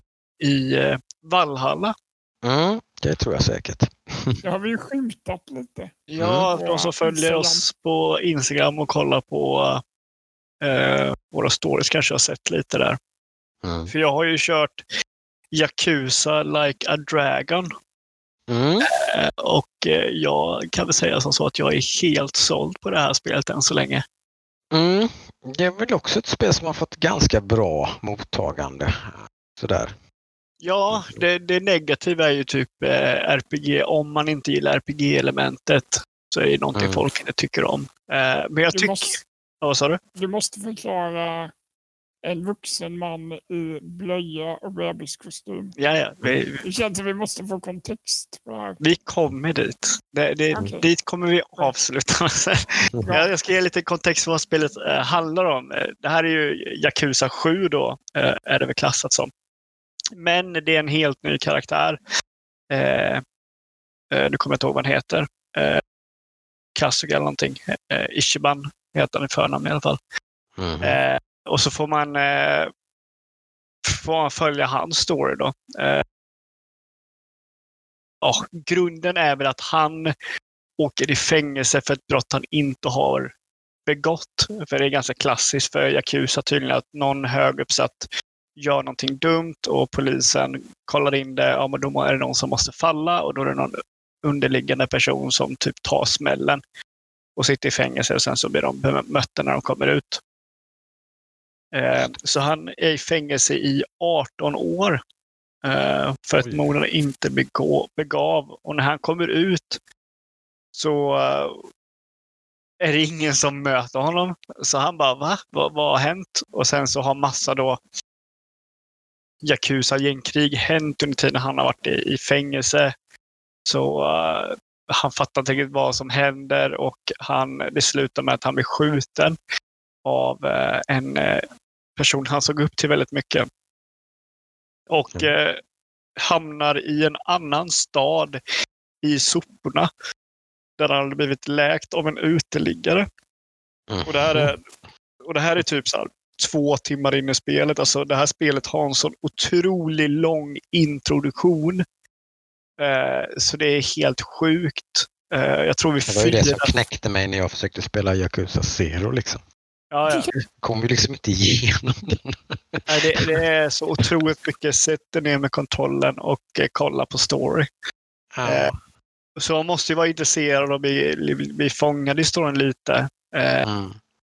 i eh, Valhalla. Mm, det tror jag säkert. Det har vi ju skymtat lite. Ja, Mm. de som följer Instagram. oss på Instagram och kollar på eh, våra stories kanske har sett lite där. Mm. För jag har ju kört Yakuza Like a Dragon. Mm. Eh, och eh, jag kan väl säga som så att jag är helt såld på det här spelet än så länge. Mm. Det är väl också ett spel som har fått ganska bra mottagande. Sådär. Ja, det, det negativa är ju typ eh, R P G. Om man inte gillar R P G-elementet så är det någonting Mm. folk inte tycker om. Eh, men jag Du tycker... måste, Ja, vad sa du? du måste förklara en vuxen man i blöja och bebiskostym. Ja, ja. Vi, Det känns som vi måste få kontext på det här. vi kommer dit. Det, det, Okej. Dit kommer vi avsluta. Bra. Jag ska ge lite kontext för vad spelet eh, handlar om. Eh, Det här är ju Yakuza sju då, eh, är det väl klassat som. Men det är en helt ny karaktär. Eh, eh, nu kommer jag inte ihåg vad han heter. Eh, Kasuga eller någonting. Eh, Ichiban heter han i förnamn i alla fall. Mm. Eh, och så får man, eh, får man följa hans story då. Eh, ja, grunden är väl att han åker i fängelse för ett brott han inte har begått. För det är ganska klassiskt för Yakuza tydligen att någon höguppsatt gör någonting dumt och polisen kollar in det. Ja, men då är det någon som måste falla och då är det någon underliggande person som typ tar smällen och sitter i fängelse och sen så blir de bemötta när de kommer ut. Eh, så han är i fängelse i arton år eh, för att Oj. morden inte begå, begav. Och när han kommer ut så eh, är det ingen som möter honom. Så han bara, va? Vad, vad har hänt? Och sen så har massa då Yakuza-gängkrig hänt under tiden han har varit i, i fängelse. Så uh, han fattar inte riktigt vad som händer och han, det slutar med att han blir skjuten av uh, en uh, person han såg upp till väldigt mycket. Och uh, hamnar i en annan stad i soporna där han hade blivit läkt av en uteliggare. Mm. Och det här är, och det här är typ så här två timmar in i spelet. Alltså det här spelet har en sån otroligt lång introduktion. Eh, så det är helt sjukt. Eh, jag tror vi Det var ju det fyra... som knäckte mig när jag försökte spela Yakuza Zero liksom. Ja, ja. Jag kom ju liksom inte igenom den. Nej, det, det är så otroligt mycket. Sätta ner med kontrollen och eh, kolla på story. Ja. Eh, så man måste ju vara intresserad och bli, bli fångad i storyn lite. Eh, Mm.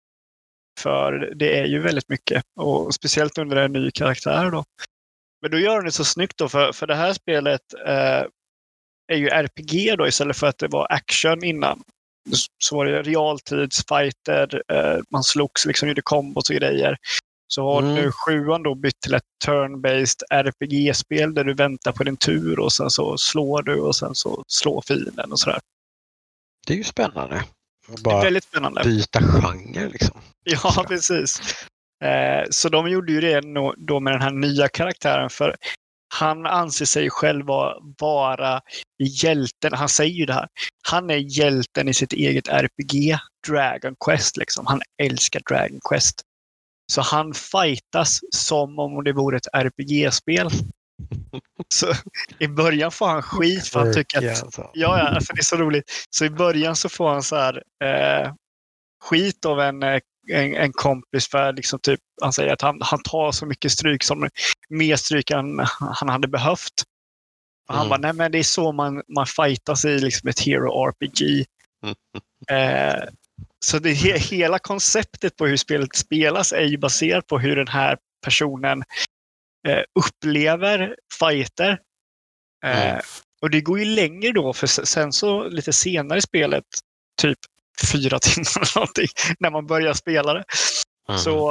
För det är ju väldigt mycket. Och speciellt under en ny karaktär då. Men då gör den det så snyggt då. För, för det här spelet eh, är ju R P G då istället för att det var action innan. Så var det realtidsfighter. Eh, man slogs liksom, gjorde kombos och grejer. Så har Mm. nu sjuan då bytt till ett turn-based R P G-spel där du väntar på din tur och sen så slår du och sen så slår fienden och sådär. Det är ju spännande. Att Det är bara väldigt spännande. byta genre liksom. Ja, precis. Eh, så de gjorde ju det no- då med den här nya karaktären för han anser sig själv vara, vara hjälten. Han säger ju det här. Han är hjälten i sitt eget R P G, Dragon Quest liksom. Han älskar Dragon Quest. Så han fightas som om det vore ett R P G-spel. Så i början får han skit för han tycker att... Alltså. Ja, ja, alltså det är så roligt. Så i början så får han så här eh, skit av en, en, en kompis för liksom typ, han säger att han, han tar så mycket stryk som mer stryk än han hade behövt. Och han Mm. bara, nej men det är så man, man fightas i liksom ett hero R P G. Mm. Eh, så det he, hela konceptet på hur spelet spelas är ju baserat på hur den här personen eh, upplever fighter. Eh, Mm. Och det går ju längre då, för sen så lite senare i spelet, typ fyra timmar eller någonting, när man börjar spela det. Mm. Så,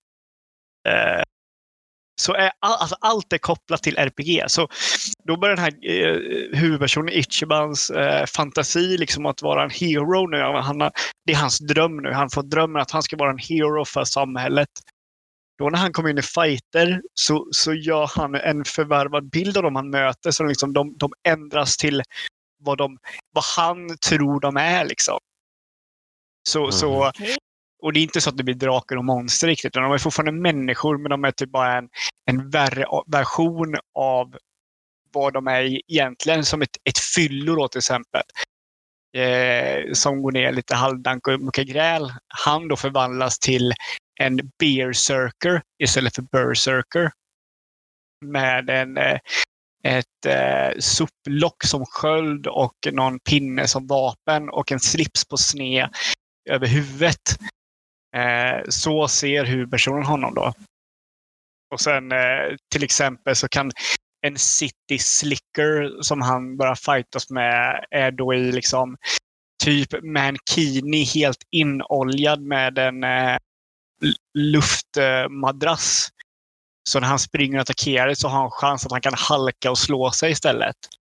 eh, så är all, alltså allt är kopplat till R P G. Så då börjar den här eh, huvudpersonen Ichibans eh, fantasi liksom att vara en hero nu. Han har, det är hans dröm nu. Han får drömmen att han ska vara en hero för samhället. Då när han kommer in i fighter så, så gör han en förvärvad bild av dem han möter. Så liksom de, de ändras till vad, de, vad han tror de är. Liksom. Så, Mm. så och det är inte så att det blir drakar och monster riktigt, utan de är fortfarande människor, men de är typ bara en, en värre version av vad de är egentligen, som ett, ett fyllo då till exempel. Eh, som går ner lite halvdank och mycket gräl. Han då förvandlas till en berserker istället för berserker. Med en, eh, ett eh, sopplock som sköld och någon pinne som vapen och en slips på sned över huvudet. Eh, så ser huvudpersonen honom då. Och sen eh, till exempel så kan en city slicker som han bara fightas med är då i liksom typ mankini helt inoljad med en eh, luftmadrass. Så när han springer och attackerar så har han chans att han kan halka och slå sig istället.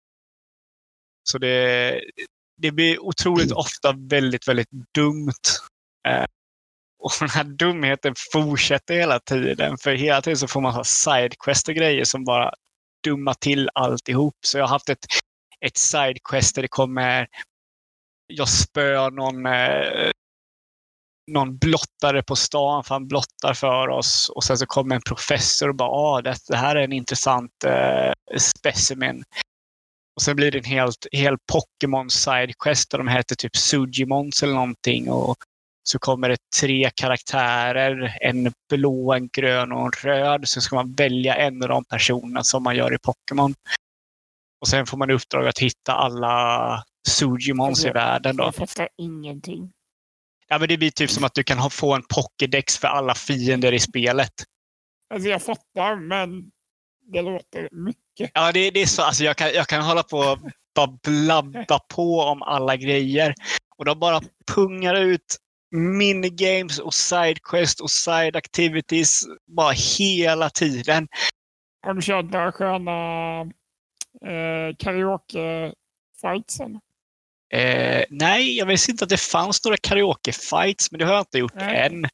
Så det, det blir otroligt ofta väldigt, väldigt dumt. Eh, och den här dumheten fortsätter hela tiden. För hela tiden så får man ha sidequest och grejer som bara dumma till alltihop. Så jag har haft ett, ett sidequest där det kommer, jag spör någon, eh, någon blottare på stan för han blottar för oss. Och sen så kommer en professor och bara, ah, det, det här är en intressant eh, specimen. Och sen blir det en helt, helt Pokémon sidequest där de heter typ Sugimons eller någonting. Och så kommer det tre karaktärer, en blå, en grön och en röd. Så ska man välja en av de personerna som man gör i Pokémon. Och sen får man uppdrag att hitta alla Sugimons alltså, i världen då. Jag fattar ingenting. Ja, men det blir typ som att du kan ha, få en Pokédex för alla fiender i spelet. Alltså jag fattar, men det låter mycket. Ja, det, det är så. Alltså jag kan, jag kan hålla på och bara blabba på om alla grejer. Och de bara pungar ut minigames och sidequest och side activities bara hela tiden. Har du kört några sköna eh, karaoke-fightsen? Eh, nej, jag visste inte att det fanns några karaoke-fights, men det har jag inte gjort nej. än.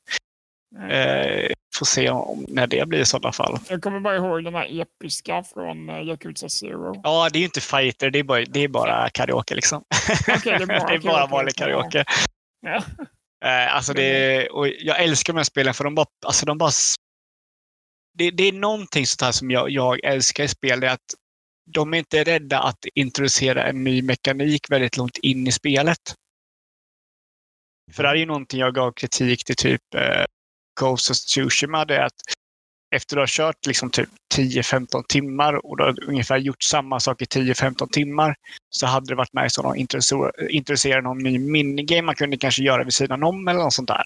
Eh, får se om, när det blir i sådana fall. Jag kommer bara ihåg den här episka från uh, Yakuza Zero. Ja, det är ju inte fighter, det är bara, det är bara karaoke liksom. Okay, det är bara, det är bara vanlig karaoke. Ja. Eh, alltså det, och jag älskar de här spelen för de bara, alltså de bara det, det är någonting sånt här som jag, jag älskar i spel, det är att de är inte rädda att introducera en ny mekanik väldigt långt in i spelet. För det är ju någonting jag gav kritik till typ eh, Ghost of Tsushima, det är att efter du har kört liksom typ tio femton timmar och du har ungefär gjort samma sak i tio femton timmar så hade det varit nice att introducera, introducera någon ny minigame man kunde kanske göra vid sidan om eller något sånt där.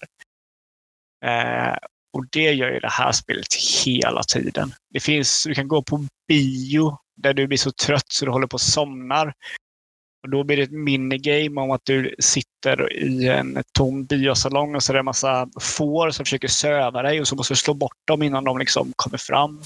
Eh, och det gör ju det här spelet hela tiden. Det finns, du kan gå på bio där du blir så trött så du håller på och somnar. Och då blir det ett minigame om att du sitter i en tom biosalong och så är det en massa får som försöker söva dig och så måste du slå bort dem innan de liksom kommer fram.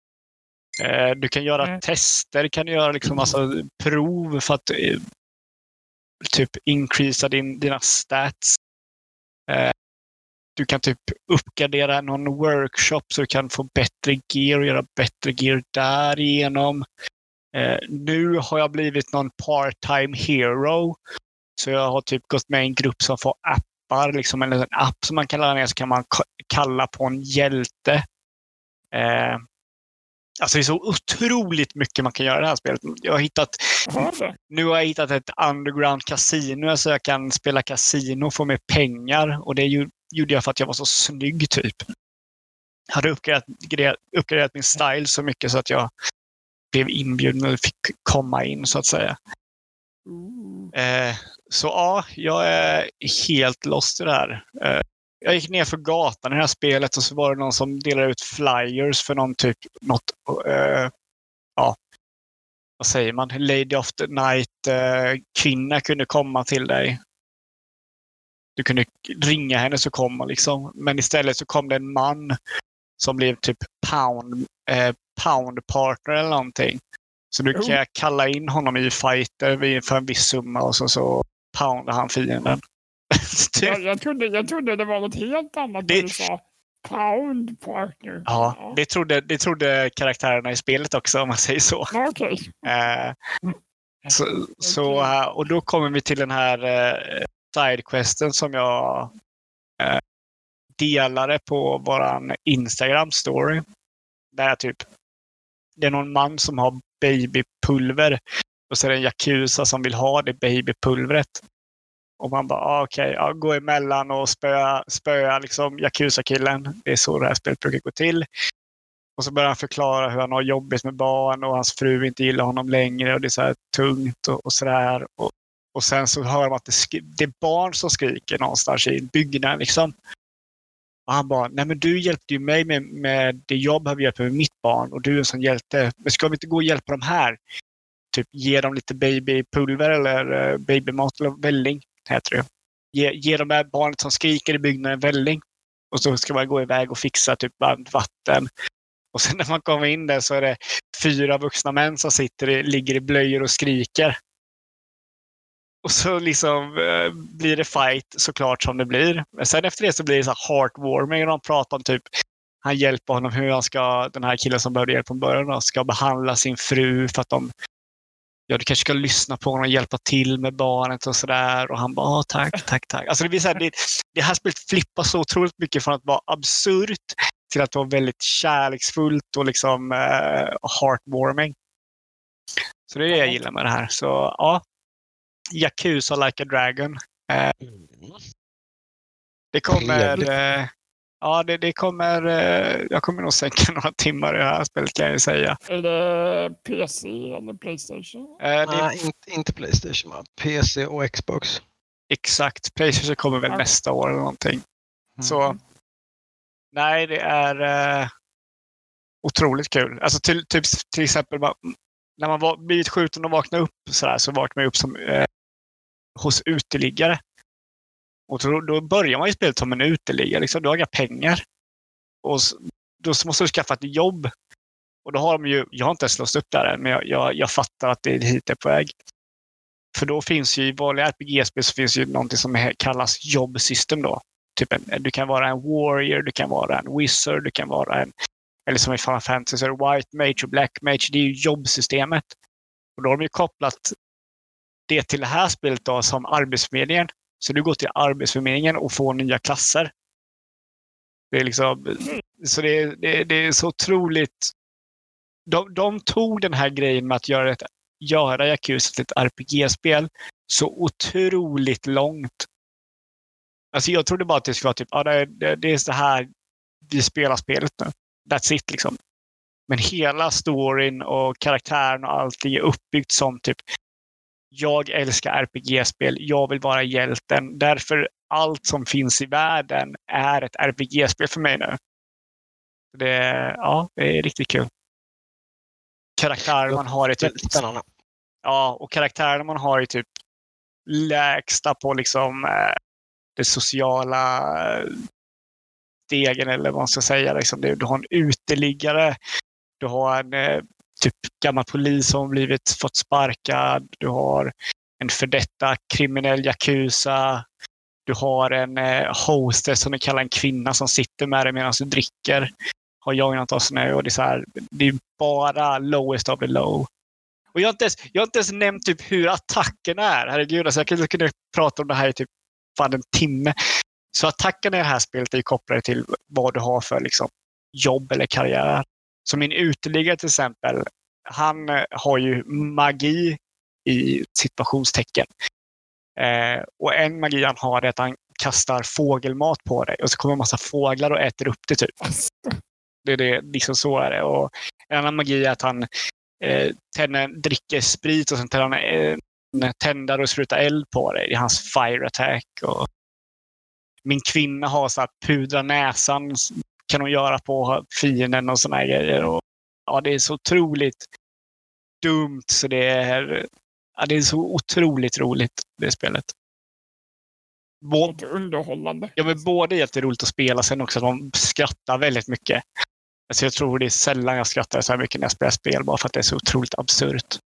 Eh, du kan göra mm. tester, kan du göra liksom massa prov för att eh, typ increasa din, dina stats. Eh, du kan typ uppgradera någon workshop så du kan få bättre gear och göra bättre gear därigenom. Uh, nu har jag blivit någon part-time hero. Så jag har typ gått med i en grupp som får appar. Liksom, eller en app som man kan ladda ner så kan man k- kalla på en hjälte. Uh, alltså det är så otroligt mycket man kan göra i det här spelet. Jag har hittat, mm. Nu har jag hittat ett underground casino så jag kan spela casino och få mer pengar. Och det ju, gjorde jag för att jag var så snygg typ. Jag hade uppgraderat, uppgraderat min style så mycket så att jag blev inbjuden och fick komma in så att säga. Mm. Eh, så ja, jag är helt lost i det här. Eh, jag gick ner för gatan i det här spelet och så var det någon som delade ut flyers för någon typ, något, eh, ja, vad säger man? Lady of the Night eh, kvinna kunde komma till dig. Du kunde ringa henne så kom man liksom. Men istället så kom det en man som blev typ pound eh, pound partner eller någonting. Så du kan kalla in honom i fighter för en viss summa och så, så poundar han fienden. jag, jag, trodde, jag trodde det var något helt annat det... när du sa pound partner. Ja, ja. Det, trodde, det trodde karaktärerna i spelet också om man säger så. Okay. Eh, så, okay. så och då kommer vi till den här eh, sidequesten som jag eh, delade på våran Instagram story. Där typ det är någon man som har babypulver och så är det en Yakuza som vill ha det babypulvret. Och man bara, ah, okej, okay, ja, gå emellan och spöa, spöa liksom Yakuza-killen. Det är så det här spelet brukar gå till. Och så börjar han förklara hur han har jobbigt med barn och hans fru inte gillar honom längre och det är så här tungt och, och sådär. Och, och sen så hör man att det, sk- det är barn som skriker någonstans i byggnaden liksom. Och han bara, nej men du hjälpte ju mig med, med det jag behöver hjälpa med mitt barn och du är en sån hjälte. Men ska vi inte gå och hjälpa dem här? Typ ge dem lite babypulver eller uh, babymat eller välling, heter det. Ge, ge de här barnet som skriker i byggnaden välling. Och så ska man gå iväg och fixa typ varmt vatten. Och sen när man kommer in där så är det fyra vuxna män som sitter i, ligger i blöjor och skriker. Och så liksom eh, blir det fight såklart som det blir. Men sen efter det så blir det så här heartwarming och de pratar om typ han hjälper honom hur han ska, den här killen som behövde hjälp från början då, ska behandla sin fru för att de ja, du kanske ska lyssna på honom och hjälpa till med barnet och sådär. Och han bara, ah, tack, tack, tack. Alltså det blir så här, det, det här spelet flippar så otroligt mycket från att vara absurt till att vara väldigt kärleksfullt och liksom eh, heartwarming. Så det är det jag gillar med det här. Så ja, Yakuza Like a Dragon. Eh, det kommer... Eh, ja, det, det kommer... Eh, jag kommer nog sänka några timmar i det här spelet kan jag ju säga. Är det P C eller PlayStation? Eh, det... Nej, inte, inte PlayStation. Va? P C och Xbox. Exakt. PlayStation kommer väl ja. nästa år eller någonting. Mm. Så... Nej, det är eh, otroligt kul. Alltså till, typ, till exempel när man var, blivit skjuten och vaknade upp så, där, så vaknar man upp som, eh, hos uteliggare. Och då, då börjar man ju spela som en uteliggare. Liksom. Du har inga pengar. Och då måste du skaffa ett jobb. Och då har de ju, jag har inte ens låst upp där än, men jag, jag, jag fattar att det är hit är på väg. För då finns ju i vanliga R P G-spel så finns ju någonting som kallas jobbsystem då. Typ en, du kan vara en warrior, du kan vara en wizard, du kan vara en, eller som i Final Fantasy så är det white mage och black mage. Det är ju jobbsystemet. Och då har de ju kopplat det till det här spelet då som arbetsförmedlingen. Så du går till arbetsförmedlingen och får nya klasser. Det är liksom, så det är, det, det är så otroligt. De, de tog den här grejen med att göra, ett, göra Yakuza till ett R P G-spel så otroligt långt. Alltså jag trodde bara att det skulle vara typ, ja, det, det, det är så här vi spelar spelet nu. That's it liksom. Men hela storyn och karaktären och allting är uppbyggt som typ jag älskar R P G-spel, jag vill vara hjälten. Därför allt som finns i världen är ett R P G-spel för mig nu. Det, ja, det är riktigt kul. Karaktärer man har är typ spännande. Ja, och karaktärer man har är typ lägsta på liksom eh, det sociala stegen eller vad man ska säga. Liksom. Du har en uteliggare, du har en eh, typ gammal polis som blivit fått sparkad, du har en för detta kriminell Yakuza, du har en eh, hostess som de kallar en kvinna som sitter med dig medan du dricker. Har jagat oss nu och det är så här, det är bara lowest of the low. Och jag har inte ens, jag har inte ens nämnt typ hur attackerna är. Herregud, alltså jag kunde, kunde prata om det här i typ fan en timme. Så attackerna i det här spelet är kopplade till vad du har för liksom, jobb eller karriär. Så min uteliggare till exempel, han har ju magi i situationstecken. Eh, och en magi han har är att han kastar fågelmat på dig. Och så kommer en massa fåglar och äter upp det typ. Det är det, liksom så är det. Och en annan magi är att han eh, tänder, dricker sprit och sen tar han eh, tändare och sprutar eld på dig. Det är hans fire attack. Och min kvinna har så att pudra näsan kan hon göra på fienden och såna här grejer. Och, ja, det är så otroligt dumt så det är, ja, det är så otroligt roligt det spelet. Både underhållande. Ja, men både är jätteroligt att spela sen också att de skrattar väldigt mycket. Alltså jag tror det är sällan jag skrattar så här mycket när jag spelar spel bara för att det är så otroligt absurt.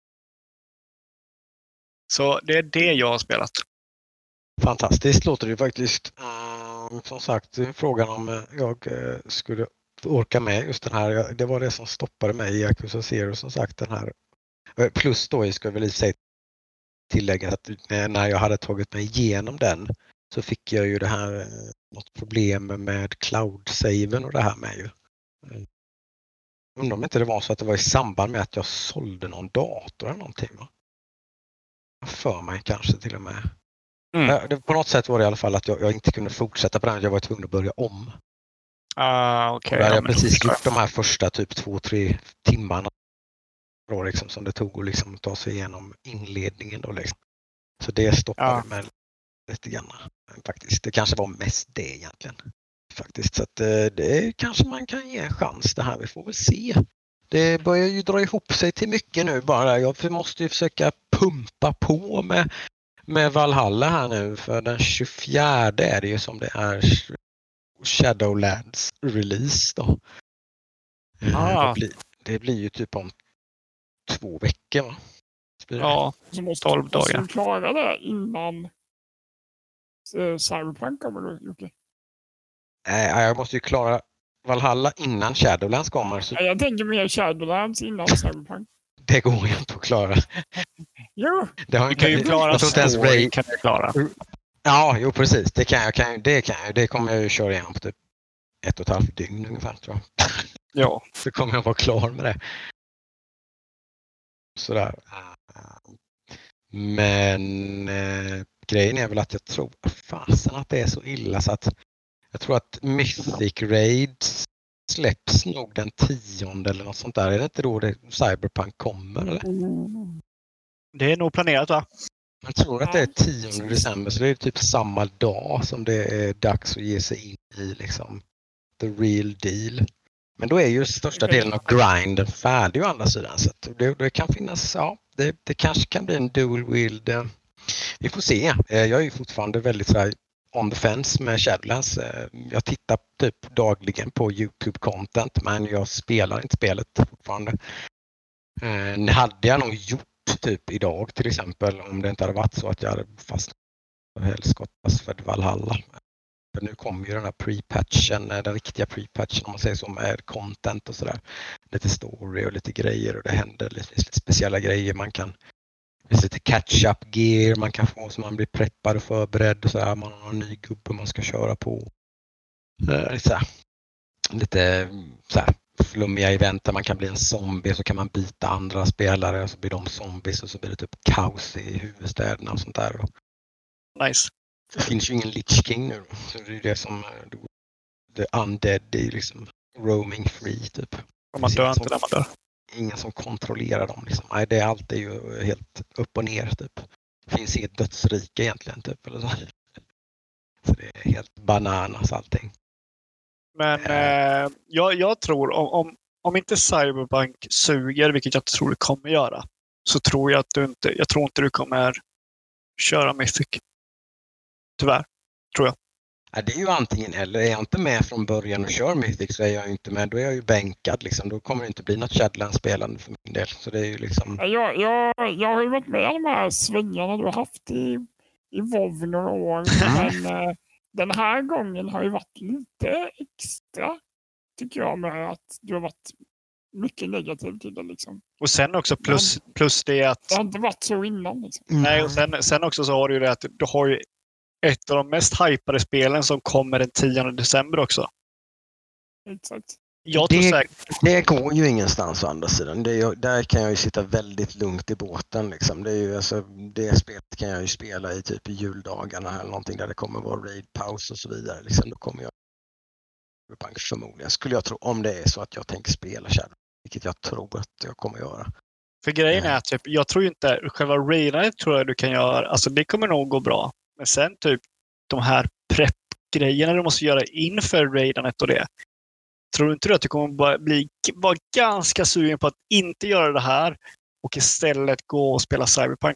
Så det är det jag har spelat. Fantastiskt låter det faktiskt. Mm, som sagt, frågan om jag skulle orka med just den här. Det var det som stoppade mig i Yakuza Zero som sagt den här. Plus då jag ska väl säga tillägga att när jag hade tagit mig igenom den så fick jag ju det här något problem med cloud-saven och det här med ju. Undrar om inte det var så att det var i samband med att jag sålde någon dator eller någonting, va? För mig kanske till och med. Mm. Det, på något sätt var det i alla fall att jag, jag inte kunde fortsätta på den. Jag var tvungen att börja om. Ah, okay. Och där hade jag precis gjort de här första typ två, tre timmarna då, liksom, som det tog att liksom, ta sig igenom inledningen. Då, liksom. Så det stoppade ja. mig lite grann. Faktiskt. Det kanske var mest det egentligen. Faktiskt. Så att, det kanske man kan ge en chans det här. Vi får väl se. Det börjar ju dra ihop sig till mycket nu bara. Jag måste ju försöka pumpa på med, med Valhalla här nu. För den tjugofjärde är det ju som det är Shadowlands release då. Ah. Det, blir, det blir ju typ om två veckor, va? Ja, så måste tolv dagar. Måste du klara det innan uh, Cyberpunk kommer du, Jocke? Nej, jag måste ju klara Valhalla innan Shadowlands kommer. Så... Ja, jag tänker mer Shadowlands innan Cyberpunk. Det går ju inte att klara. Jo. Det har du kan ju klara story, kan du klara. Ja, jo precis. Det kan jag, kan, det kan jag. Det kommer jag ju köra igenom på typ ett och ett halvt dygn ungefär, tror jag. Ja. Så kommer jag vara klar med det. Sådär. Men eh, grejen är väl att jag tror fasen att det är så illa så att jag tror att Mythic Raids släpps nog den tionde eller något sånt där. Är det inte då det Cyberpunk kommer, eller? Mm. Det är nog planerat, va? Jag tror att det är tionde december, så det är typ samma dag som det är dags att ge sig in i liksom the real deal. Men då är ju största delen av grinden färdig å andra sidan. Så det, det kan finnas, ja, det, det kanske kan bli en dual wield. Vi får se. Jag är ju fortfarande väldigt så här on the fence med Shadowlands. Jag tittar typ dagligen på YouTube-content, men jag spelar inte spelet fortfarande. Det hade jag nog gjort typ idag till exempel, om det inte hade varit så att jag hade fast helskottas för Valhalla. För nu kommer ju den här pre-patchen, den riktiga pre-patchen om man säger så, med content och sådär. Lite story och lite grejer, och det händer lite, lite speciella grejer. Man kan lite catch-up gear, man kan få så man blir preppad och förberedd och sådär. Man har en ny gubbe man ska köra på. Så här, lite så här flummiga event där man kan bli en zombie, så kan man byta andra spelare och så blir de zombies och så blir det typ kaos i huvudstäderna och sånt där. Nice. Det finns ju ingen Lich King nu, så det är det som the undead är liksom roaming free typ. Om man dör inte där man dör. Ingen som kontrollerar dem liksom. Nej, det, allt är ju helt upp och ner typ. Det finns inget dödsrike egentligen typ. Eller så. Så det är helt bananas allting. Men eh, jag, jag tror om, om, om inte Cyberpunk suger, vilket jag tror det kommer göra, så tror jag att du inte, jag tror inte du kommer köra Mythic. Tyvärr, tror jag. Ja, det är ju antingen eller. Är jag inte med från början och kör Mythic så är jag inte med. Då är jag ju bänkad liksom. Då kommer det inte bli något Shadowlands-spelande för min del. Så det är ju liksom... Jag, jag, jag har ju varit med i de här svängarna du har haft i, i WoW några år. Men eh, den här gången har ju varit lite extra, tycker jag, med att du har varit mycket negativ till det liksom. Och sen också plus, men, plus det att... Det har inte varit så innan liksom. Nej, och sen, sen också så har du ju det att du har ju ett av de mest hypade spelen som kommer den tionde december också. Exakt. Jag tror det, säkert... det går ju ingenstans å andra sidan. Det är, där kan jag ju sitta väldigt lugnt i båten. Liksom. Det, är ju, alltså, det spelet kan jag ju spela i typ i juldagarna eller någonting där det kommer vara raid-paus och så vidare. Liksom. Då kommer jag förmodligen. Skulle jag tro, om det är så att jag tänker spela Shadow, vilket jag tror att jag kommer göra. För grejen är att typ, jag tror inte själva raidandet tror jag du kan göra. Alltså det kommer nog gå bra. Men sen typ de här prepp-grejerna du måste göra inför raidandet och det. Tror inte du att du kommer bara bli bara ganska sugen på att inte göra det här och istället gå och spela Cyberpunk?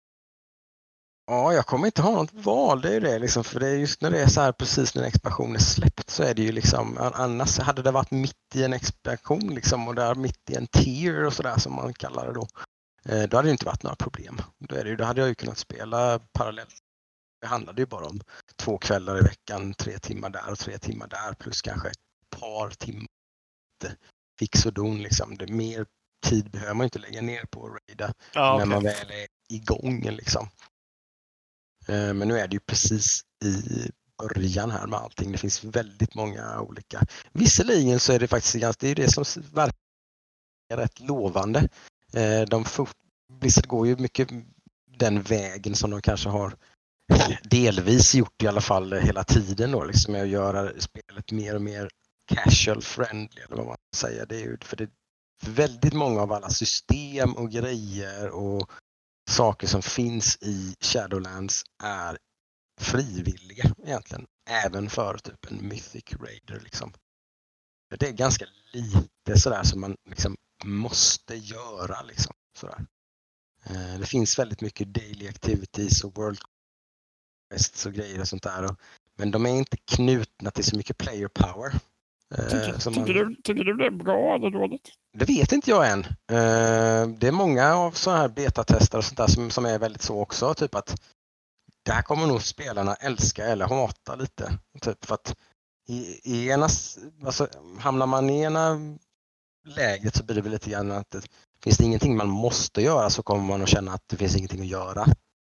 Ja, jag kommer inte ha något val, det är det liksom, för det är just när det är så här precis när expansionen är släppt så är det ju liksom, annars hade det varit mitt i en expansion liksom och där mitt i en tier och sådär som man kallar det då, eh, då hade det inte varit några problem. Då, är det ju, då hade jag ju kunnat spela parallellt. Det handlade ju bara om två kvällar i veckan, tre timmar där och tre timmar där plus kanske ett par timmar fix och don liksom. Det, mer tid behöver man inte lägga ner på att raida ja, när okay. man väl är igång liksom. Men nu är det ju precis i början här med allting. Det finns väldigt många olika. Visserligen så är det faktiskt ganska, det är det som verkar rätt lovande. De Blizzard går ju mycket den vägen som de kanske har delvis gjort i alla fall hela tiden då, liksom med att göra spelet mer och mer casual friendly eller vad man säger. Det är ju för det väldigt många av alla system och grejer och saker som finns i Shadowlands är frivilliga egentligen, även för typ en Mythic Raider liksom. Det är ganska lite sådär som man liksom måste göra liksom sådär. Det finns väldigt mycket daily activities och world quests och grejer och sånt där, och, men de är inte knutna till så mycket player power. Tycker, som tycker, man, du, tycker du det är bra eller dåligt? Det vet inte jag än. Det är många av sådana här betatester och sånt där som, som är väldigt så också, typ att det här kommer nog spelarna älska eller hata lite. Typ för att i, i ena, alltså, hamnar man i ena läget så blir det väl lite grann att det, finns det ingenting man måste göra så kommer man att känna att det finns ingenting att göra.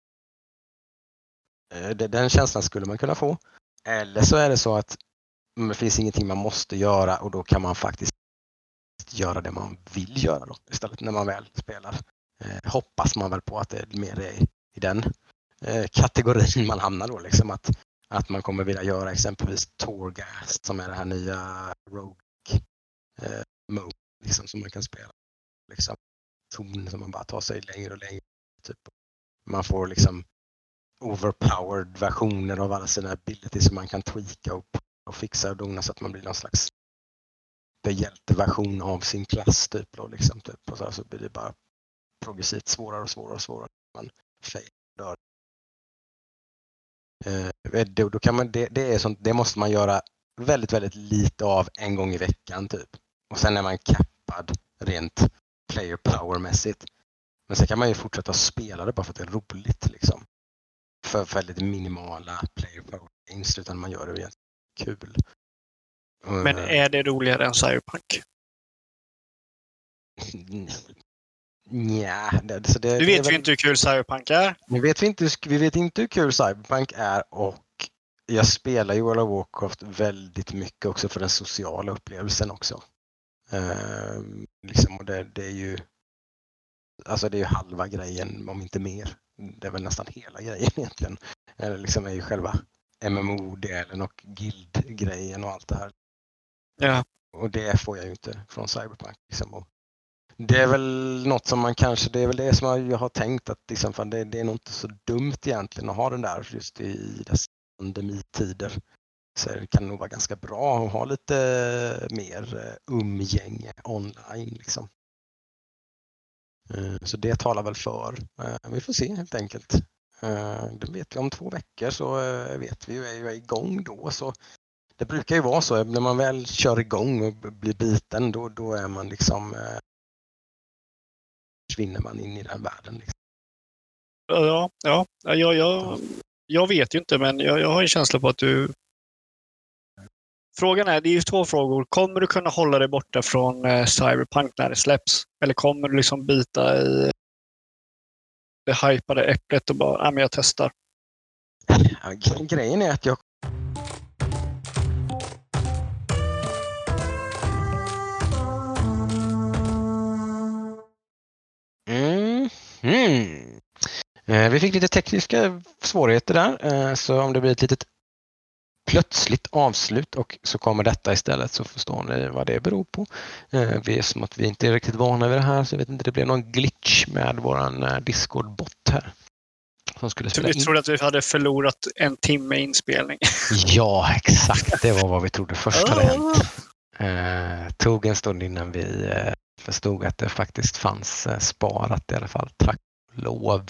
Den känslan skulle man kunna få. Eller så är det så att det finns ingenting man måste göra och då kan man faktiskt göra det man vill göra då, istället när man väl spelar. Eh, hoppas man väl på att det är mer i, i den eh, kategorin man hamnar då, liksom att, att man kommer vilja göra exempelvis Torghast som är det här nya Rogue eh, mode liksom, som man kan spela. Liksom ton som man bara tar sig längre och längre. Typ. Man får liksom overpowered versioner av alla sina abilities som man kan tweaka och, och fixa och dona så att man blir någon slags hjälteversion av sin klass typ då, liksom, typ. Och så, så blir det bara progressivt svårare och svårare och svårare. Man dör. Eh, då, då kan man, det, det, är sånt, det måste man göra väldigt, väldigt lite av en gång i veckan typ. Och sen är man cappad rent player power-mässigt. Men sen kan man ju fortsätta spela det bara för att det är roligt liksom. För, för väldigt minimala player power games, utan man gör det igen kul. Men är det roligare än Cyberpunk? Nja, det, så det, du vet det vi väl, inte hur kul Cyberpunk är. Vi vet, vi, inte, vi vet inte hur kul Cyberpunk är, och jag spelar ju World of Warcraft väldigt mycket också för den sociala upplevelsen också. Uh, liksom, och det, det är ju alltså det är ju halva grejen, om inte mer. Det är väl nästan hela grejen egentligen. Eller liksom är ju själva M M O-delen och guild-grejen och allt det här. Ja. Och det får jag ju inte från Cyberpunk. Liksom. Och det är väl något som man kanske, det är väl det som jag har tänkt att liksom, för det, det är nog inte så dumt egentligen att ha den där just i dessa pandemitider. Så det kan nog vara ganska bra att ha lite mer umgänge online liksom. Så det talar väl för. Vi får se helt enkelt. Det vet vi om två veckor, så vet vi ju är ju igång då. Så det brukar ju vara så när man väl kör igång och blir biten, då, då är man liksom försvinner man in i den världen. Liksom. Ja, ja, ja, jag, jag vet ju inte, men jag, jag har en känsla på att du... Frågan är, det är ju två frågor. Kommer du kunna hålla dig borta från eh, Cyberpunk när det släpps? Eller kommer du liksom bita i det hypade äpplet och bara, ja men jag testar? Ja, grejen är att jag mm. Mm. Eh, vi fick lite tekniska svårigheter där, eh, så om det blir ett litet plötsligt avslut och så kommer detta istället, så förstår ni vad det beror på. Eh, vi är som att vi inte är riktigt vana vid det här, så jag vet inte, det blev någon glitch med våran eh, Discord-bot här. Som skulle spela vi in. trodde att vi hade förlorat en timme inspelning. Ja, exakt. Det var vad vi trodde först hade hänt. Eh, tog en stund innan vi eh, förstod att det faktiskt fanns eh, sparat i alla fall. Tack lov.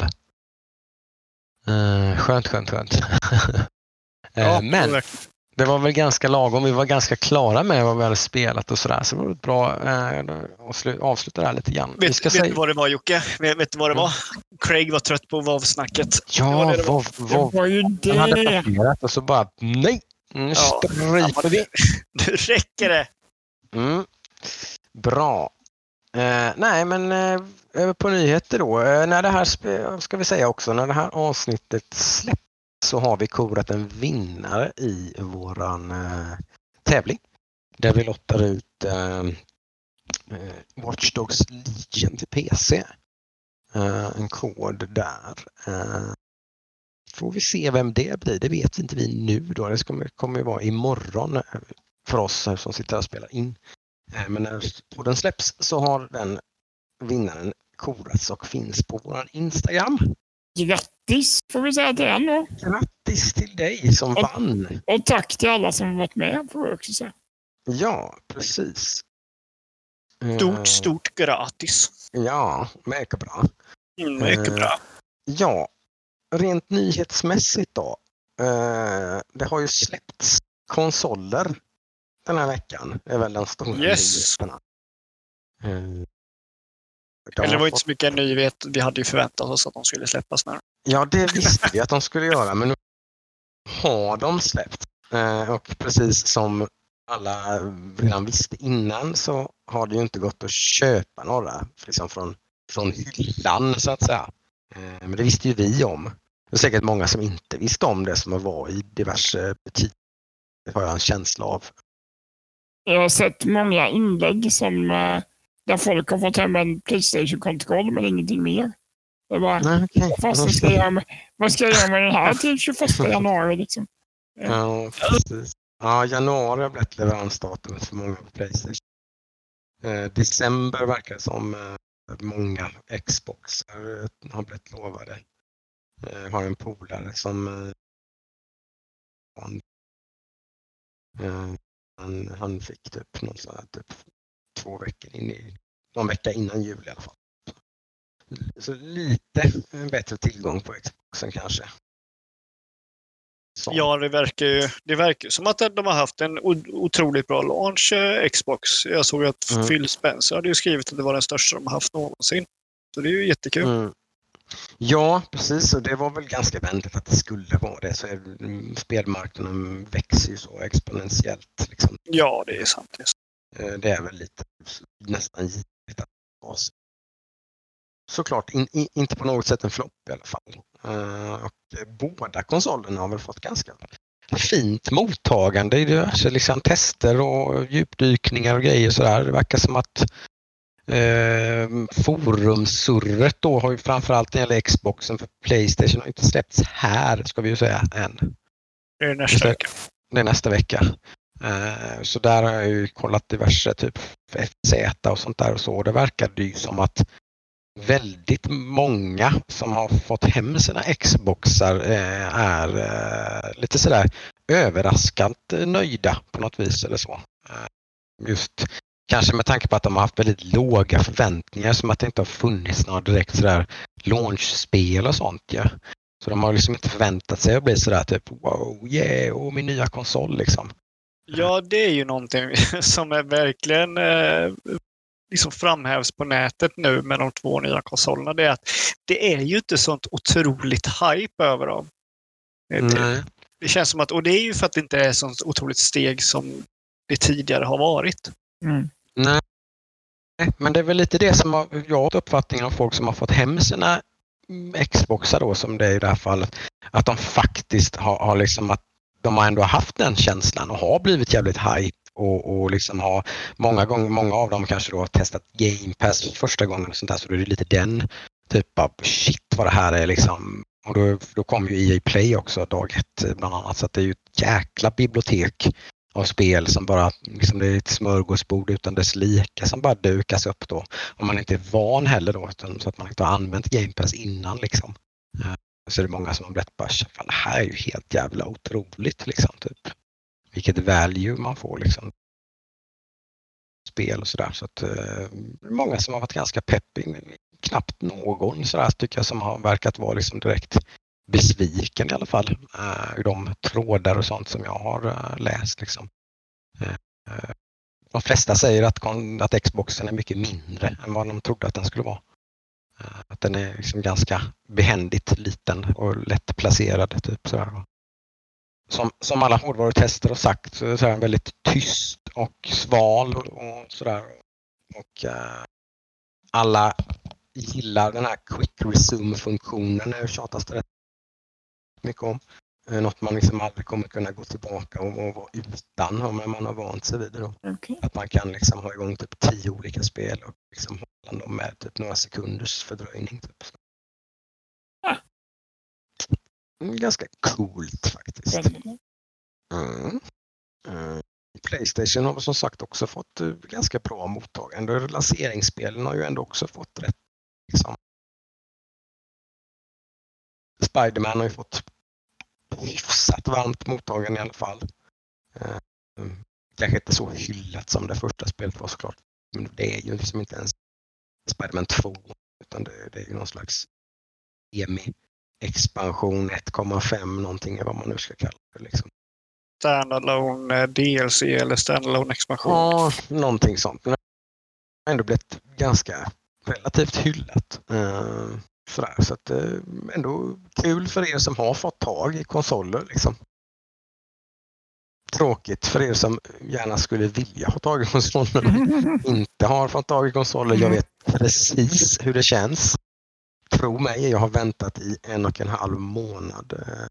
Eh, skönt, skönt, skönt. Ja, men det var väl ganska lagom. Vi var ganska klara med vad vi hade spelat och sådär. Så det var bra eh, att avsluta det här lite grann. Vet, vi ska vet säga... du vad det var, Jocke? Vet, vet du vad det var? Craig var trött på WoW-snacket. Ja, det var det det WoW. WoW. Det var ju det. Han hade passerat och så bara, nej, nu Ja, stryper vi. Nu räcker det. Mm. Bra. Eh, nej, men eh, på nyheter då. Eh, när det här, ska vi säga också, när det här avsnittet släpps så har vi korat en vinnare i våran eh, tävling. Där vi lottar ut eh, eh, Watch Dogs Legion till P C. Eh, en kod där. Eh, får vi se vem det blir. Det vet inte vi nu då. Det kommer, kommer ju vara imorgon för oss som sitter och spelar in. Eh, men när koden släpps så har den vinnaren korats och finns på vår Instagram. Grattis får vi säga till den då. Grattis till dig som och, vann. Och tack till alla som varit med får vi också säga. Ja, precis. Stort, stort gratis. Ja, mycket bra. Mm, mycket bra. Ja, rent nyhetsmässigt då. Det har ju släppts konsoler den här veckan. Det är väl den stora yes. nyheterna. De Eller det var fått... inte så mycket nyhet. Vi hade ju förväntat oss att de skulle släppas nu. Ja, det visste vi att de skulle göra. Men nu har de släppt. Och precis som alla redan visste innan så har det ju inte gått att köpa några liksom från, från hyllan så att säga. Men det visste ju vi om. Det är säkert många som inte visste om det som var i diverse butiker. Det har jag en känsla av. Jag har sett många inlägg som där folk har fått hem en PlayStation-kontroll men ingenting mer. Det var, Nej, okay. Fast vad ska, jag göra med, vad ska jag göra med den här till tjugoförsta januari liksom? Ja, precis. Ja, januari har blivit leveransdatum för många på PlayStation. Eh, december verkar som eh, många Xboxar har blivit lovade. Jag eh, har en polare som eh, eh, han, han fick typ, någon sån här, typ två veckor in i, någon vecka innan jul i alla fall. Så lite bättre tillgång på Xboxen kanske. Så. Ja, det verkar ju det verkar som att de har haft en otroligt bra launch, Xbox. Jag såg att mm. Phil Spencer hade ju skrivit att det var den största de har haft någonsin. Så det är ju jättekul. Mm. Ja, precis. Och det var väl ganska väntat att det skulle vara det. Så spelmarknaden växer ju så exponentiellt. Liksom. Ja, det är sant. Det är väl lite nästan givet att vara så. Såklart in, in, inte på något sätt en flopp i alla fall. Uh, och båda konsolerna har väl fått ganska fint mottagande i diverse liksom, tester och djupdykningar och grejer sådär. Det verkar som att uh, forumsurret då har ju framförallt när det gäller Xboxen för PlayStation har inte släppts här ska vi ju säga än. Det är nästa vecka. Det är nästa vecka. Uh, så där har jag ju kollat diverse typ F Z och sånt där och så. Det verkar ju som att väldigt många som har fått hem sina Xboxar eh, är eh, lite sådär överraskande nöjda på något vis eller så. Eh, just kanske med tanke på att de har haft väldigt låga förväntningar som att det inte har funnits några direkt sådär launchspel och sånt. Ja. Så de har liksom inte förväntat sig att bli sådär typ wow, yeah, och min nya konsol liksom. Ja, det är ju någonting som är verkligen eh, liksom framhävs på nätet nu med de två nya konsolerna. Det är att det är ju inte sånt otroligt hype över dem. Det, det känns som att, och det är ju för att det inte är sånt otroligt steg som det tidigare har varit. Mm. Nej, men det är väl lite det som har, jag har uppfattningen av folk som har fått hem sina Xboxar då, som det är i det här fallet, att de faktiskt har, har liksom att de har ändå haft den känslan och har blivit jävligt hype och, och liksom har många gånger, många av dem kanske då har testat Game Pass första gången och sånt där, så då är det lite den typ av shit vad det här är liksom. Och då, då kom ju E A Play också dag ett bland annat, så att det är ju ett jäkla bibliotek av spel som bara, liksom det är ett smörgåsbord utan dess lika som bara dukas upp då. Om man inte är van heller då, utan så att man inte har använt Game Pass innan liksom. Så är det många som har blivit bara, fan det här är ju helt jävla otroligt liksom typ. Vilket value man får liksom. Spel och sådär. Så att eh, många som har varit ganska peppig, knappt någon sådär tycker jag som har verkat vara liksom direkt besviken i alla fall. Uh, de trådar och sånt som jag har uh, läst liksom. Uh, uh, de flesta säger att, att Xboxen är mycket mindre än vad de trodde att den skulle vara. Uh, att den är liksom ganska behändigt liten och lätt placerad typ sådär. Som, som alla hårdvarutester har sagt så är den väldigt tyst och sval och, och sådär. Och uh, alla gillar den här quick resume-funktionen, det tjatas det rätt mycket om. Något man liksom aldrig kommer kunna gå tillbaka och, och vara utan, men man har vant sig vid det då. Okay. Att man kan liksom ha igång typ tio olika spel och liksom hålla dem med typ några sekunders fördröjning. Typ. Ah. Ganska coolt faktiskt. Mm. Mm. PlayStation har som sagt också fått uh, ganska bra mottagande. Lanseringsspelen har ju ändå också fått rätt. Liksom. Spider-Man har ju fått hyfsat varmt mottagande i alla fall. Uh, kanske inte så hyllat som det första spelet var såklart. Men det är ju liksom inte ens Spider-Man två utan det, det är ju någon slags Emi-expansion ett komma fem någonting vad man nu ska kalla det liksom. Standalone D L C eller standalone expansion. Ja, någonting sånt. Men det har ändå blivit ganska relativt hyllat. Uh, sådär. Så att uh, ändå kul för er som har fått tag i konsoler liksom. Tråkigt för er som gärna skulle vilja ha tag i konsoler. Inte har fått tag i konsoler. Jag vet precis hur det känns. Tro mig, jag har väntat i en och en halv månad. Uh,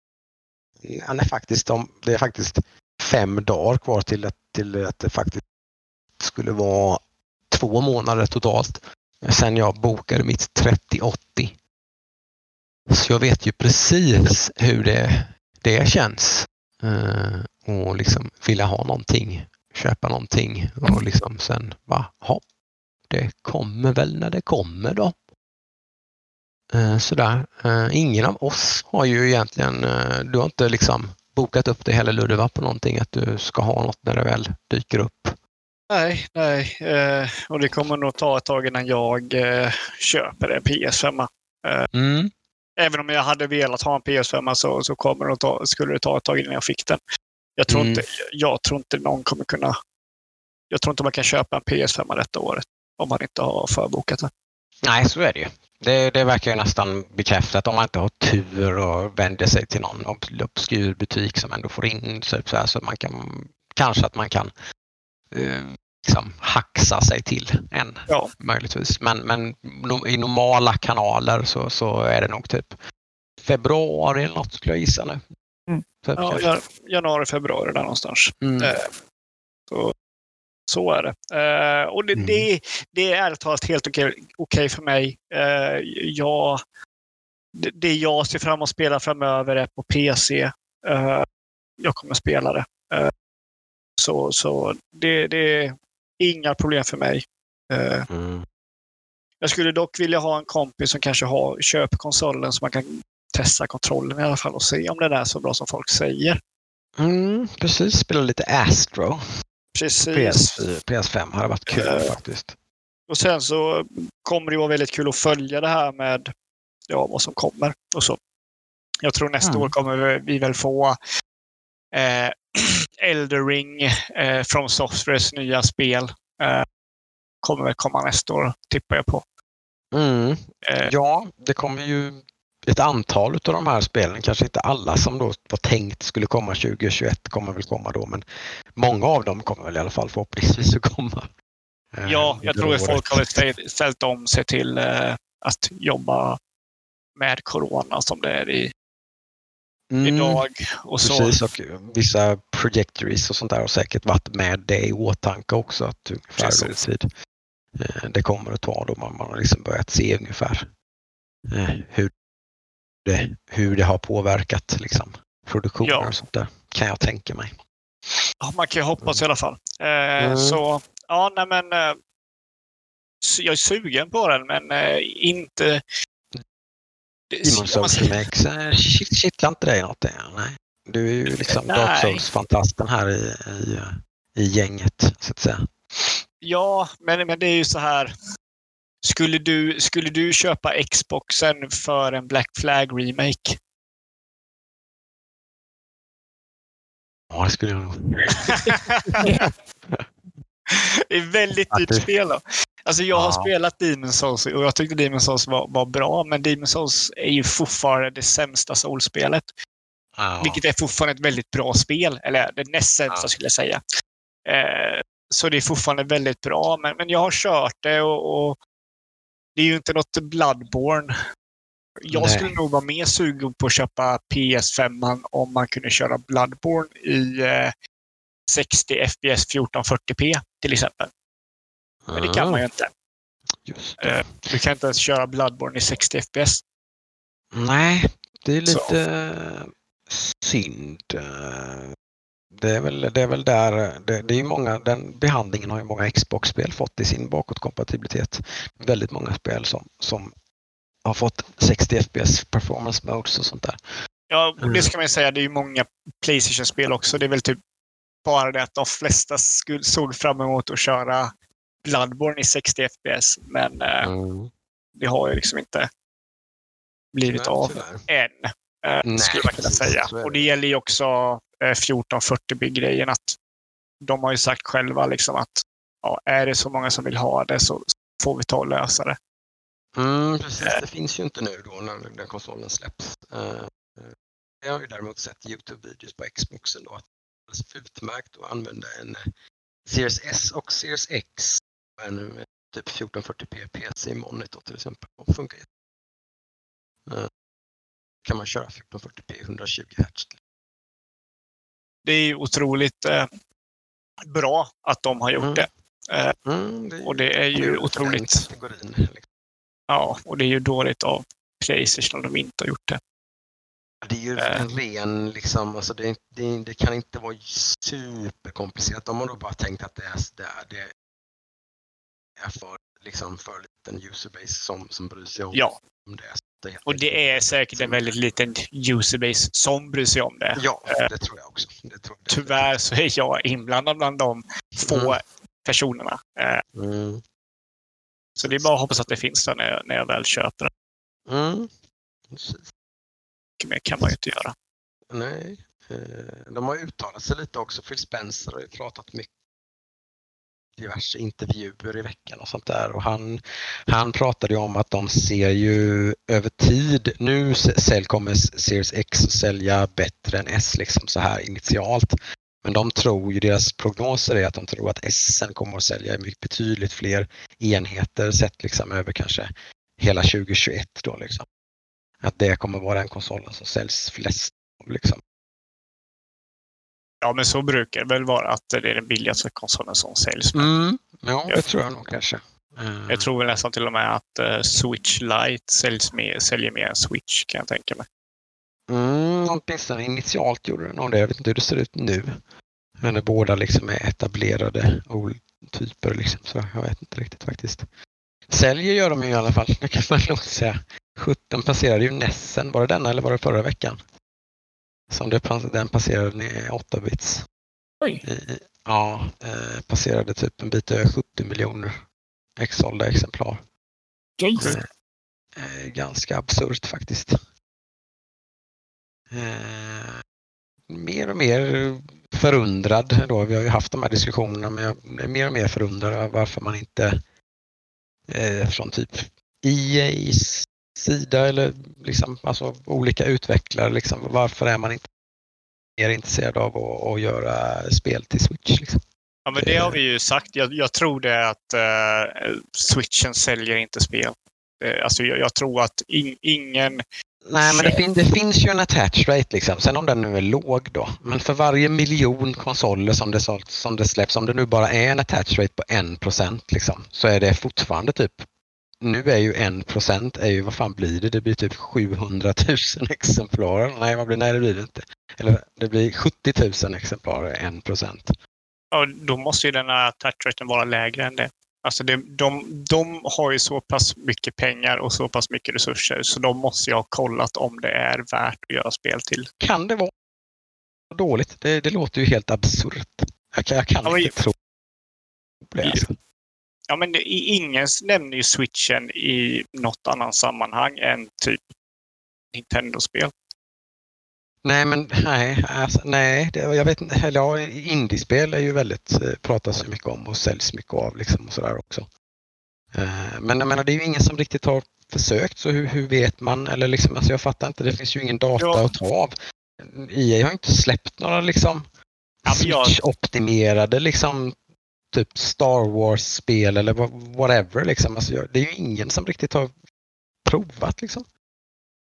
Ja, nej, faktiskt, de, det är faktiskt fem dagar kvar till att, till att det faktiskt skulle vara två månader totalt sen jag bokade mitt trettio åttio. Så jag vet ju precis hur det, det känns. Uh, och liksom vilja ha någonting, köpa någonting och liksom sen bara, ja, det kommer väl när det kommer då. Uh, sådär. Uh, ingen av oss har ju egentligen, uh, du har inte liksom bokat upp det heller Ludde på någonting att du ska ha något när det väl dyker upp. Nej, nej. Uh, och det kommer nog ta ett tag innan jag uh, köper en P S fem. Uh, mm. Även om jag hade velat ha en P S fem så, så kommer det ta, skulle det ta ett tag innan jag fick den. Jag tror, mm. inte, jag tror inte någon kommer kunna, jag tror inte man kan köpa en P S fem detta året om man inte har förbokat den. Nej, så är det ju. Det, det verkar ju nästan bekräftat om man inte har tur och vänder sig till någon obskyr butik som ändå får in så, så, här, så man kan, kanske att man kan eh, liksom haxa sig till en ja. möjligtvis. Men, men i normala kanaler så, så är det nog typ februari eller något skulle jag gissa nu. Mm. Ja, januari, februari där någonstans. Mm. Eh, så. Så är det. Uh, och det, mm. det, det är talat helt okej okay, okay för mig. Uh, jag, det, det jag ser fram att spela framöver är på P C. Uh, jag kommer spela det. Uh, så så det, det är inga problem för mig. Uh, mm. Jag skulle dock vilja ha en kompis som kanske har, köper konsolen så man kan testa kontrollen i alla fall och se om det är så bra som folk säger. Mm, precis, spela lite Astro. Precis. P S fem har varit kul uh, faktiskt. Och sen så kommer det vara väldigt kul att följa det här med ja, vad som kommer. Och så. Jag tror nästa mm. år kommer vi väl få eh, Elden Ring eh, från Softwares nya spel. Eh, kommer väl komma nästa år, tippar jag på. Mm. Eh, ja, det kommer ju ett antal av de här spelen, kanske inte alla som då var tänkt skulle komma tjugo tjugoett kommer väl komma då, men många av dem kommer väl i alla fall förhoppningsvis att komma. Ja, jag tror att folk har ställt om sig till eh, att jobba med corona som det är i, mm, idag. Och så. Precis, och vissa projectories och sånt där har säkert varit med det i åtanke också, att ungefär lång tid eh, det kommer att ta då man, man har liksom börjat se ungefär eh, hur Det, hur det har påverkat liksom, produktionen ja. och sånt där, kan jag tänka mig. Ja, man kan ju hoppas mm. i alla fall. Eh, mm. Så, ja, nej men eh, jag är sugen på den, men eh, inte... Demon Souls Remakes, shit, kittlar inte dig något där? Nej. Du är ju liksom Dark Souls-fantasten här i, i, i gänget, så att säga. Ja, men, men det är ju så här... Skulle du, skulle du köpa Xboxen för en Black Flag remake? Ja, det skulle jag nog. Det är väldigt dyrt spel då. Alltså jag har ja. spelat Demon's Souls och jag tyckte Demon's Souls var, var bra, men Demon's Souls är ju fortfarande det sämsta Souls-spelet. Ja. Vilket är fortfarande ett väldigt bra spel, eller det näst sämsta ja. skulle jag säga. Eh, så det är fortfarande väldigt bra, men, men jag har kört det och, och det är ju inte något Bloodborne. Jag Nej. skulle nog vara mer sugen på att köpa P S fem om man kunde köra Bloodborne i eh, sextio F P S fjorton fyrtio p till exempel. Men det kan man ju inte. Just eh, du kan inte ens köra Bloodborne i sextio F P S. Nej, det är lite Så. synd. Det är väl, det är väl där, det, det är ju många, den behandlingen har ju många Xbox-spel fått i sin bakåtkompatibilitet. Väldigt många spel som, som har fått sextio F P S performance modes och sånt där. Ja, och det ska man ju säga, det är ju många PlayStation-spel också. Det är väl typ bara det att de flesta skulle såg fram emot att köra Bloodborne i sextio F P S. Men eh, Mm. det har ju liksom inte blivit Nej, av tyvärr. än. Eh, Nej, skulle man kunna precis, säga. så är det. Och det gäller ju också eh, fjorton fyrtio b-grejen. Att de har ju sagt själva liksom att ja, är det så många som vill ha det så får vi ta och lösa det. Mm, precis. Det finns ju inte nu då när den konsolen släpps. Uh, jag har ju däremot sett YouTube-videos på Xboxen då att det är utmärkt att använda en Series S och Series X en typ fjorton fyrtio p P C-monitor till exempel. Och funkar uh, kan man köra fjorton fyrtio p etthundratjugo hertz. Det är ju otroligt eh, bra att de har gjort Mm. det. Eh, Mm, det är och det är ju den otroligt. kategorin, liksom. Ja, och det är ju dåligt av PlayStation om de inte har gjort det. Det är ju Äh. en ren, liksom, alltså det, det, det kan inte vara superkomplicerat. De har då bara tänkt att det är, det är, det är för, liksom, för liten userbase som, som bryr sig om, Ja. om det. det Och det är säkert en väldigt liten userbase som bryr sig om det. Ja, det tror jag också. Det tror jag. Tyvärr så är jag inblandad bland de få Mm. personerna. Eh, Mm. Så det är bara att hoppas att det finns där när jag, när jag väl köper det. Mm. Precis. Mycket mer kan man ju inte göra. Nej. Eh, De har uttalat sig lite också. Phil Spencer har ju pratat mycket diverse intervjuer i veckan och sånt där. Och han, han pratade ju om att de ser ju över tid, nu sälj kommer Series X att sälja bättre än S liksom så här initialt. Men de tror ju, deras prognoser är att de tror att S kommer att sälja mycket betydligt fler enheter sett liksom över kanske hela tjugohundratjugoett då liksom. Att det kommer vara den konsolen som säljs flest liksom. Ja, men så brukar det väl vara att det är den billigaste konsolen som säljs. Mm. Ja, det tror jag nog kanske. Uh. Jag tror väl nästan till och med att uh, Switch Lite säljs med, säljer mer än Switch, kan jag tänka mig. Mm, åtminstone initialt gjorde den nog det. Jag vet inte hur det ser ut nu. Men det båda liksom är etablerade typer liksom. Så jag vet inte riktigt faktiskt. Säljer gör de ju i alla fall. Det kan man nog säga. sjutton passerade ju Nessen. Var det denna eller var det förra veckan? Som det, den passerade i åtta bits. Oj. I, ja, eh, passerade typ en bit över sjuttio miljoner exsålda exemplar. Jesus. Eh, eh, ganska absurt faktiskt. Eh, mer och mer förundrad då. Vi har ju haft de här diskussionerna, men jag är mer och mer förundrad över varför man inte eh, från typ E A:s sida eller liksom, alltså olika utvecklare liksom, varför är man inte mer intresserad av att, att göra spel till Switch liksom? Ja, men det har vi ju sagt. Jag, jag tror det att uh, Switchen säljer inte spel. Uh, alltså jag, jag tror att in, ingen... Nej, men det, fin- det finns ju en attach rate liksom. Sen om den nu är låg då. Men för varje miljon konsoler som det, som det släpps, om det nu bara är en attach rate på en procent liksom, så är det fortfarande typ, nu är ju en procent, är ju, vad fan blir det? Det blir typ sjuhundratusen exemplar. Nej, vad blir, nej, det blir det inte. Eller det blir sjuttio tusen exemplar, en procent. Ja, då måste ju den här attach raten vara lägre än det. Alltså det, de, de har ju så pass mycket pengar och så pass mycket resurser, så de måste ju ha kollat om det är värt att göra spel till. Kan det vara dåligt? Det, det låter ju helt absurt. Jag kan, jag kan ja, inte tro det. Alltså. Ja, men det, ingen nämner ju Switchen i något annat sammanhang än typ Nintendo-spel. Nej, men nej, alltså, nej det, jag vet inte, eller ja, indiespel är ju väldigt, pratas ju mycket om och säljs mycket av liksom och sådär också. Uh, men jag menar, det är ju ingen som riktigt har försökt, så hur, hur vet man, eller liksom, alltså jag fattar inte, det finns ju ingen data ja. att ta av. E A har inte släppt några liksom ja, jag... Switch-optimerade liksom typ Star Wars-spel eller whatever liksom, alltså det är ju ingen som riktigt har provat liksom.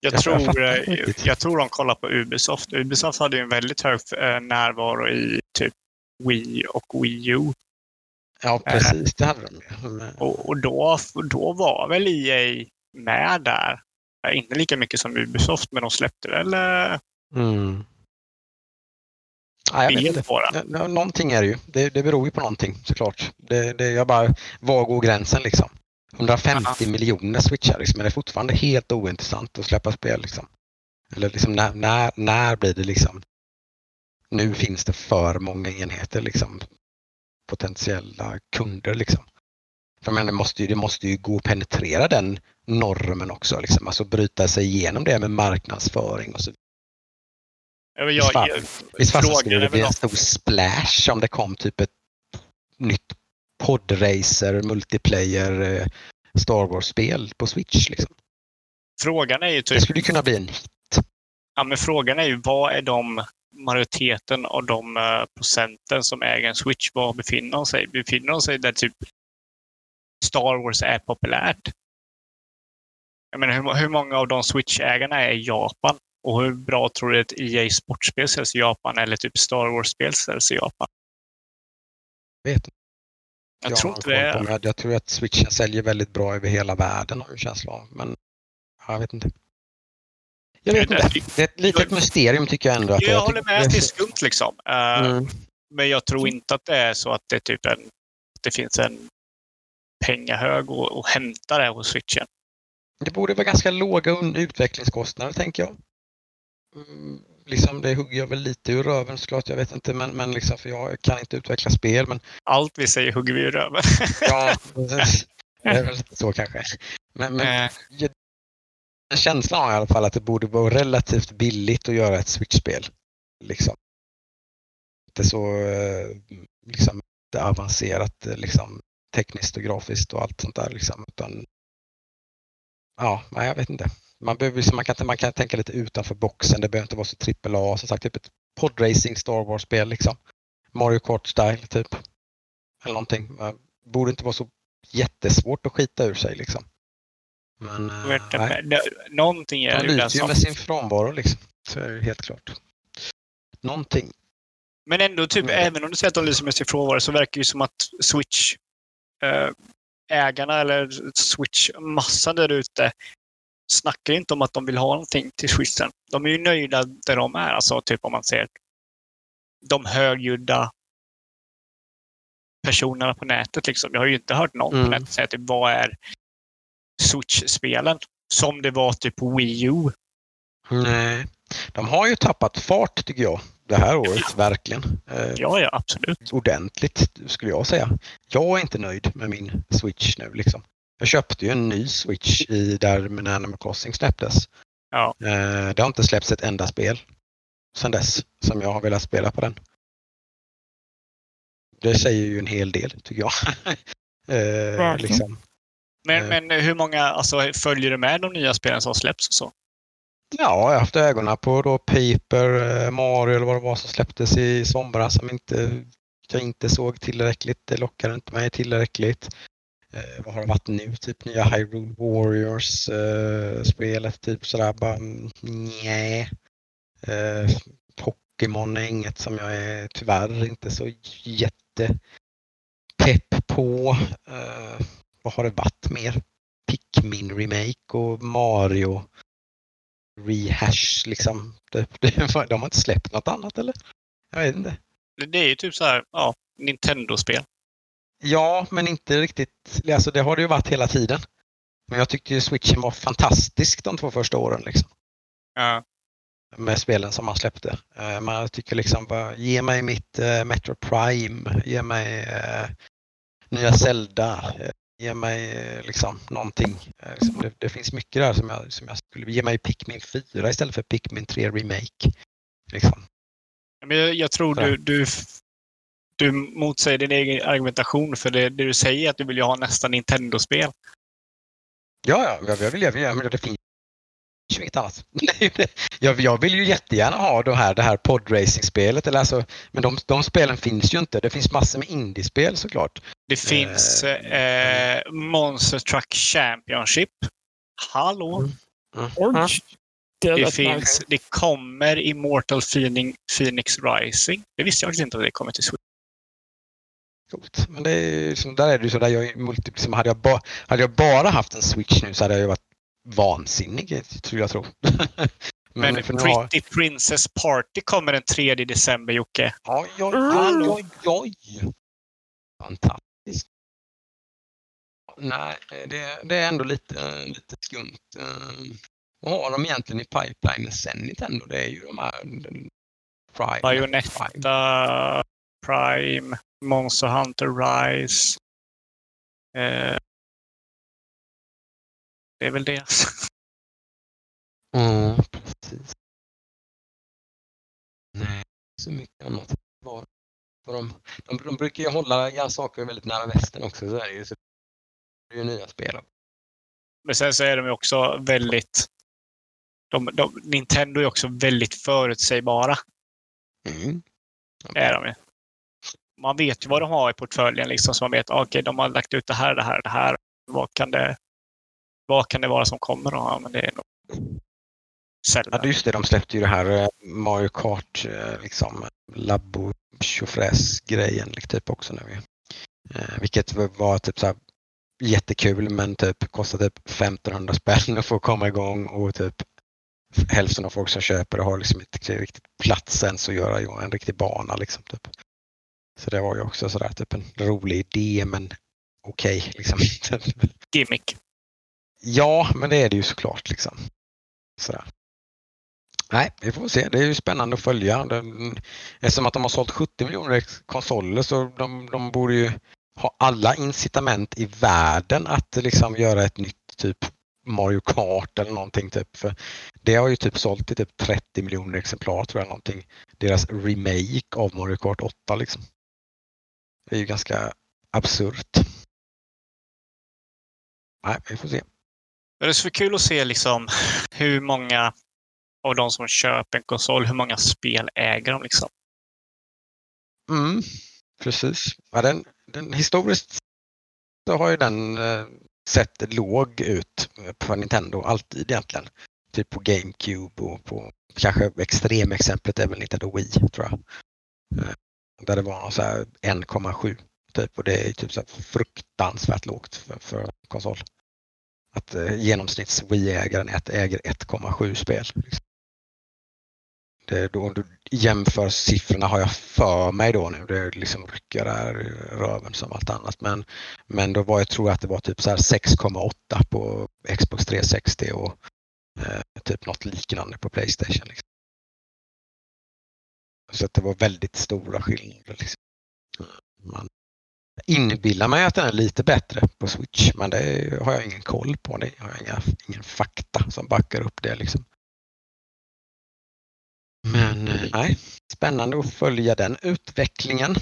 Jag, jag tror, jag, jag tror de kollar på Ubisoft. Ubisoft hade ju en väldigt hög närvaro i typ Wii och Wii U. Ja, precis. Det hade de ju. Och, och då, då var väl E A med där. Inte lika mycket som Ubisoft, men de släppte väl... Mm. Ja, jag vet inte. På det. Ja, någonting är det ju. Det, det beror ju på någonting, såklart. Det, det är bara, var går gränsen liksom? hundrafemtio Aha. miljoner switchar liksom, men det är fortfarande helt ointressant att släppa spel liksom. Eller liksom när, när, när blir det liksom, nu finns det för många enheter liksom, potentiella kunder liksom. För men det måste ju, det måste ju gå att penetrera den normen också liksom, alltså bryta sig igenom det med marknadsföring och så. Jag, jag, jag, Visst fast skulle det bli en stor splash om det kom typ ett nytt podracer, multiplayer, Star Wars-spel på Switch liksom. Frågan är ju typ... Det skulle kunna bli en hit. Ja, men frågan är ju, vad är de majoriteten av de uh, procenten som äger en Switch, var befinner de sig? Befinner de sig där typ Star Wars är populärt? Jag menar, hur, hur många av de Switch-ägarna är i Japan? Och hur bra tror du att E A sportspel säljs i Japan eller typ Star Wars-spel säljs i Japan? Jag vet inte. Jag, jag tror inte det är... jag, jag tror att Switchen säljer väldigt bra över hela världen, har jag en känsla av. Men jag vet inte. Jag vet inte. Det är ett litet mysterium tycker jag ändå. Att jag, jag håller med att det är skumt liksom. Uh, mm. Men jag tror inte att det är så att det är typ en... Att det finns en pengahög och, och hämta det hos Switchen. Det borde vara ganska låga utvecklingskostnader, tänker jag. Mm, liksom det hugger jag väl lite ur röven, såklart, jag vet inte, men, men liksom, för jag kan inte utveckla spel. Men... Allt vi säger hugger vi ur röven. Ja, det är väl så kanske. Men, men jag, en känsla har i alla fall att det borde vara relativt billigt att göra ett Switch-spel. Liksom. Inte så liksom, det avancerat liksom, tekniskt och grafiskt och allt sånt där. Liksom, utan, ja, nej, jag vet inte. Man, behöver, man, kan, man kan tänka lite utanför boxen. Det behöver inte vara så trippel A. Som sagt, typ ett podracing Star Wars-spel. Liksom. Mario Kart-style, typ. Eller någonting. Det borde inte vara så jättesvårt att skita ur sig, liksom. Men, nej. Någonting är de lyser ju med sin frånvaro, liksom. Så är det helt klart. Någonting. Men ändå, typ, mm. även om du säger att de lyser med sin frånvaro, så verkar det ju som att Switch äh, ägarna eller Switch-massan där ute snackar inte om att de vill ha någonting till Switchen. De är ju nöjda där de är. Alltså typ om man ser de högljudda personerna på nätet. Liksom. Jag har ju inte hört någon mm. på nätet säga typ, vad är Switch-spelen? Som det var typ på Wii U. Nej. De har ju tappat fart tycker jag. Det här året, ja. Verkligen. Ja, ja, absolut. Ordentligt skulle jag säga. Jag är inte nöjd med min Switch nu liksom. Jag köpte ju en ny Switch i där när Animal Crossing släpptes. Ja. Det har inte släppts ett enda spel sedan dess som jag har velat spela på den. Det säger ju en hel del tycker jag. eh, liksom. Men, men hur många alltså, följer du med de nya spelen som släpps och så? Ja, jag har haft ögonen på då Paper, Mario eller vad det var som släpptes i somras som inte, jag inte såg tillräckligt. Det lockade inte mig tillräckligt. Eh, vad har det varit nu? Typ nya Hyrule Warriors eh, spelet, typ sådär bara nej. Eh, Pokémon är inget som jag är tyvärr inte så jätte pepp på. Eh, vad har det varit mer? Pikmin remake och Mario rehash liksom. Det, det, de har inte släppt något annat eller? Jag vet inte. Det är ju typ så här, ja, Nintendo-spel. Ja, men inte riktigt. Alltså det har det ju varit hela tiden. Men jag tyckte ju Switchen var fantastisk de två första åren liksom. Ja. Med spelen som man släppte. Men jag tycker liksom bara, ge mig mitt uh, Metro Prime, ge mig uh, nya Zelda, uh, ge mig uh, liksom någonting. Uh, liksom det, det finns mycket där som jag, som jag skulle ge mig Pikmin fyra istället för Pikmin tre Remake. Liksom. Men jag, jag tror du, du, du motsäger din egen argumentation för det, det du säger att du vill ju ha nästan Nintendo-spel. Ja, ja, jag vill, jag vill, jag vill, det finns ju inget annat. jag, jag vill ju jättegärna ha det här, det här podracing-spelet. Eller alltså, men de, de spelen finns ju inte. Det finns massor med indiespel såklart. Det finns eh, Monster Truck Championship. Hallå? Mm. Mm. Oj! Det, är Det rätt finns, nice. det kommer Immortal Phoenix, Phoenix Rising. Det visste jag faktiskt inte att det kommer till Switch. Coolt. Men det är liksom, där är det ju så där jag är multi, liksom, hade jag ba, hade jag bara haft en Switch nu så hade jag ju varit vansinnig, tror jag tror. Men, Men för nu Pretty har... Princess Party kommer den tredje december, Jocke. Oj, oj, Mm. oj, oj, oj. Fantastiskt. Nej, det, det är ändå lite, lite skumt. Uh, vad har de egentligen i pipeline sen Nintendo? Det är ju de här... Prime, Bayonetta, Prime, Prime Monster Hunter Rise. Eh, det är väl det. Mm, precis. Nej, så mycket annat. Var, var de, de, de brukar ju hålla ja, saker väldigt nära västen också. Så är det ju, så det är ju nya spel. Men sen så är de ju också väldigt... De, de, Nintendo är också väldigt förutsägbara. Mm. Det är de ju. Man vet ju vad de har i portföljen. Liksom, så man vet, okej, okay, de har lagt ut det här, det här, det här. Vad kan det, vad kan det vara som kommer då? Ja, men det är nog sällan. Ja, just det. De släppte ju det här Mario Kart, liksom, labbo tjofräs-grejen typ också nu. Eh, vilket var typ så här jättekul, men typ kostar typ femtonhundra spänn att få komma igång och typ hälften av folk som köper det har liksom inte riktigt platsen så göra ju en riktig bana liksom typ. Så det var ju också sådär typ en rolig idé, men okej okay, liksom. Gimmick. Ja, men det är det ju såklart liksom. Sådär. Nej, vi får se. Det är ju spännande att följa. Den, eftersom att de har sålt sjuttio miljoner konsoler så de, de borde ju ha alla incitament i världen att liksom göra ett nytt typ Mario Kart eller någonting typ. För det har ju typ sålt i typ trettio miljoner exemplar tror jag någonting. Deras remake av Mario Kart åtta liksom. Det är ju ganska absurt. Nej, vi får se. Det är så kul att se liksom hur många av de som köper en konsol, hur många spel äger de liksom. Mm, precis. Ja, den, den, historiskt så har ju den eh, sett låg ut på Nintendo alltid egentligen. Typ på GameCube och på kanske extremexemplet är väl Nintendo Wii tror jag. Eh, där det var någon så här en komma sju typ och det är typ så här fruktansvärt lågt för, för konsol. Att eh, genomsnitts Wii-ägaren äger ett komma sju spel. Liksom. Det, då, du jämför siffrorna har jag för mig då nu. Det är liksom rycker där röven som allt annat. Men, men då var jag tror att det var typ så här sex komma åtta på Xbox trehundrasextio och eh, typ något liknande på PlayStation. Liksom. Så att det var väldigt stora skillnader. Liksom. Man inbillar mig att den är lite bättre på Switch, men det har jag ingen koll på. Det har jag inga, ingen fakta som backar upp det liksom. Men nej, spännande att följa den utvecklingen.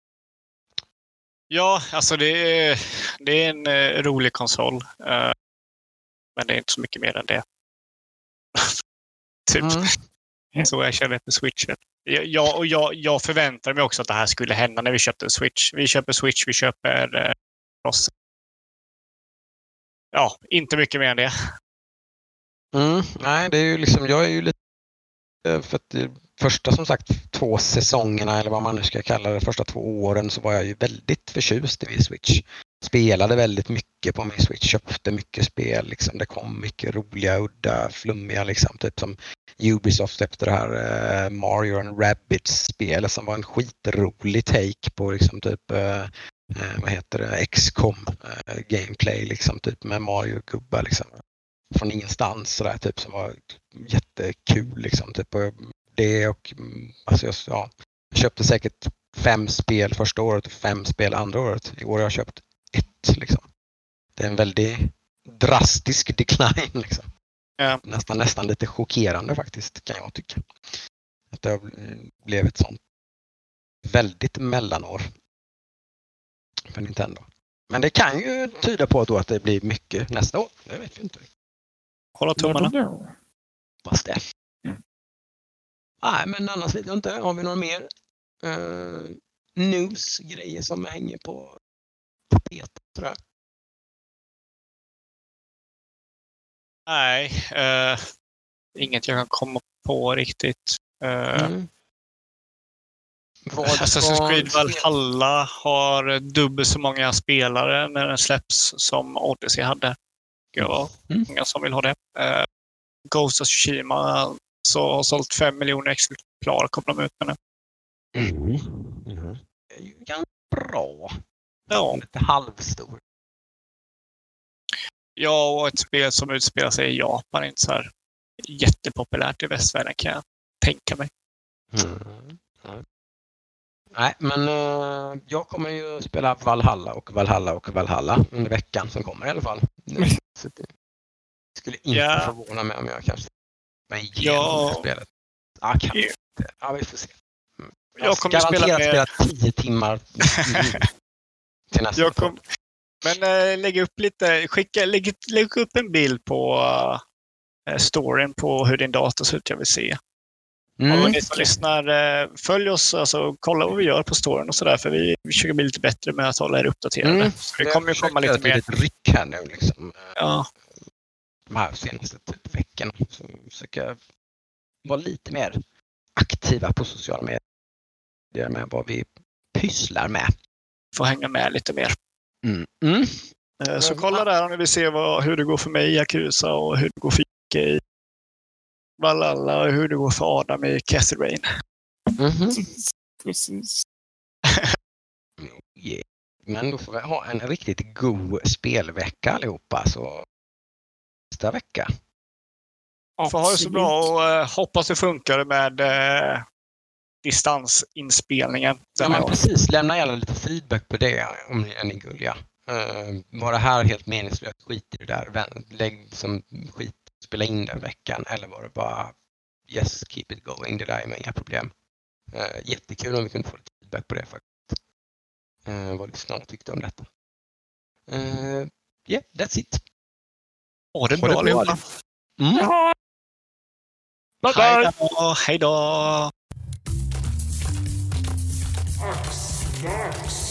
Ja, alltså det är, det är en uh, rolig konsol. Uh, men det är inte så mycket mer än det. typ. Mm. Så jag känner med Switchen. Jag, och jag, jag förväntar mig också att det här skulle hända när vi köpte en Switch. Vi köper Switch, vi köper uh, oss. Ja, inte mycket mer än det. Mm, nej, det är ju liksom, jag är ju lite för att första som sagt två säsongerna eller vad man nu ska kalla det, första två åren så var jag ju väldigt förtjust i min Switch. Spelade väldigt mycket på min Switch, köpte mycket spel liksom. Det kom mycket roliga, udda, flummiga liksom, typ som Ubisoft efter det här eh, Mario and Rabbids-spelet som var en skitrolig take på liksom typ eh, vad heter det, X COM eh, gameplay liksom typ med Mario-gubbar liksom. Från ingenstans sådär typ som var jättekul liksom typ och det och alltså jag, ja, jag köpte säkert fem spel första året och fem spel andra året. I år har jag köpt ett liksom. Det är en väldigt drastisk decline liksom. Ja. Nästan nästan lite chockerande faktiskt kan jag tycka. Att det blev ett sånt väldigt mellanår för Nintendo. Men det kan ju tyda på då att det blir mycket nästa år. Det vet vi inte. Hålla tummarna. Fast det. Mm. Nej, men annars vet jag inte. Har vi några mer uh, news-grejer som hänger på tapeten, tror jag? Nej. Uh, inget jag kan komma på riktigt. Uh, Mm. Vad, Assassin's Creed vad- Valhalla har dubbelt så många spelare när den släpps som Odyssey hade. Ja, Mm. många som vill ha det. Uh, Ghost of Tsushima så har sålt fem miljoner exemplar, kommer de ut med nu. Mm. Mm. Det är ju ganska bra. Ja. Lite halvstor. Ja, och ett spel som utspelar sig i Japan är inte så här jättepopulärt i västvärlden, kan jag tänka mig. Mm. Ja. Nej, men uh, jag kommer ju spela Valhalla och Valhalla och Valhalla under veckan som kommer i alla fall. Så det skulle inte Ja. förvåna mig om jag kanske mig igenom Ja. det här spelet. Ja, kanske Ja. inte. Ja, vi får se. Mm. Jag kommer spela garanterat med- spela tio timmar mm, till nästa Jag kom... Men äh, lägg upp lite, skicka, lägg, lägg upp en bild på äh, storyn på hur din dator ser ut, jag vill se. Mm. Och ni som lyssnar, äh, följ oss, alltså, kolla vad vi gör på storyn och sådär, för vi försöker bli lite bättre med att hålla er uppdaterade. Mm. Så det kommer ju komma lite mer. ett ryck här nu liksom. Ja. De här senaste typ veckorna. Så försöka vara lite mer aktiva på sociala medier med vad vi pysslar med. Får hänga med lite mer. Mm. Mm. Äh, så kolla där om ni vill se vad, hur det går för mig i Yakuza och hur det går för Ike i Valhalla och hur det går för Adam i Castle Rain. Precis. Precis. Yeah. Men då får vi ha en riktigt god spelvecka allihopa. Så nästa vecka. Får ha det så Absolut. bra och uh, hoppas det funkar med uh, distansinspelningen. Ja, men precis. Lämna gärna lite feedback på det om ni är ni gulliga. Uh, var det här helt meningslöst? Skit i det där. Vän- Lägg som skit. Spela in den veckan. Eller var det bara yes, keep it going. Det där är med inga problem. Uh, jättekul om vi kunde få lite feedback på det faktiskt. Uh, vad lyssnarna tyckte om detta. Uh, yeah, that's it. Ha det Ha det bra bra, allihopa. Mm. Ja, Bye bye! Hej då! Ax, dags.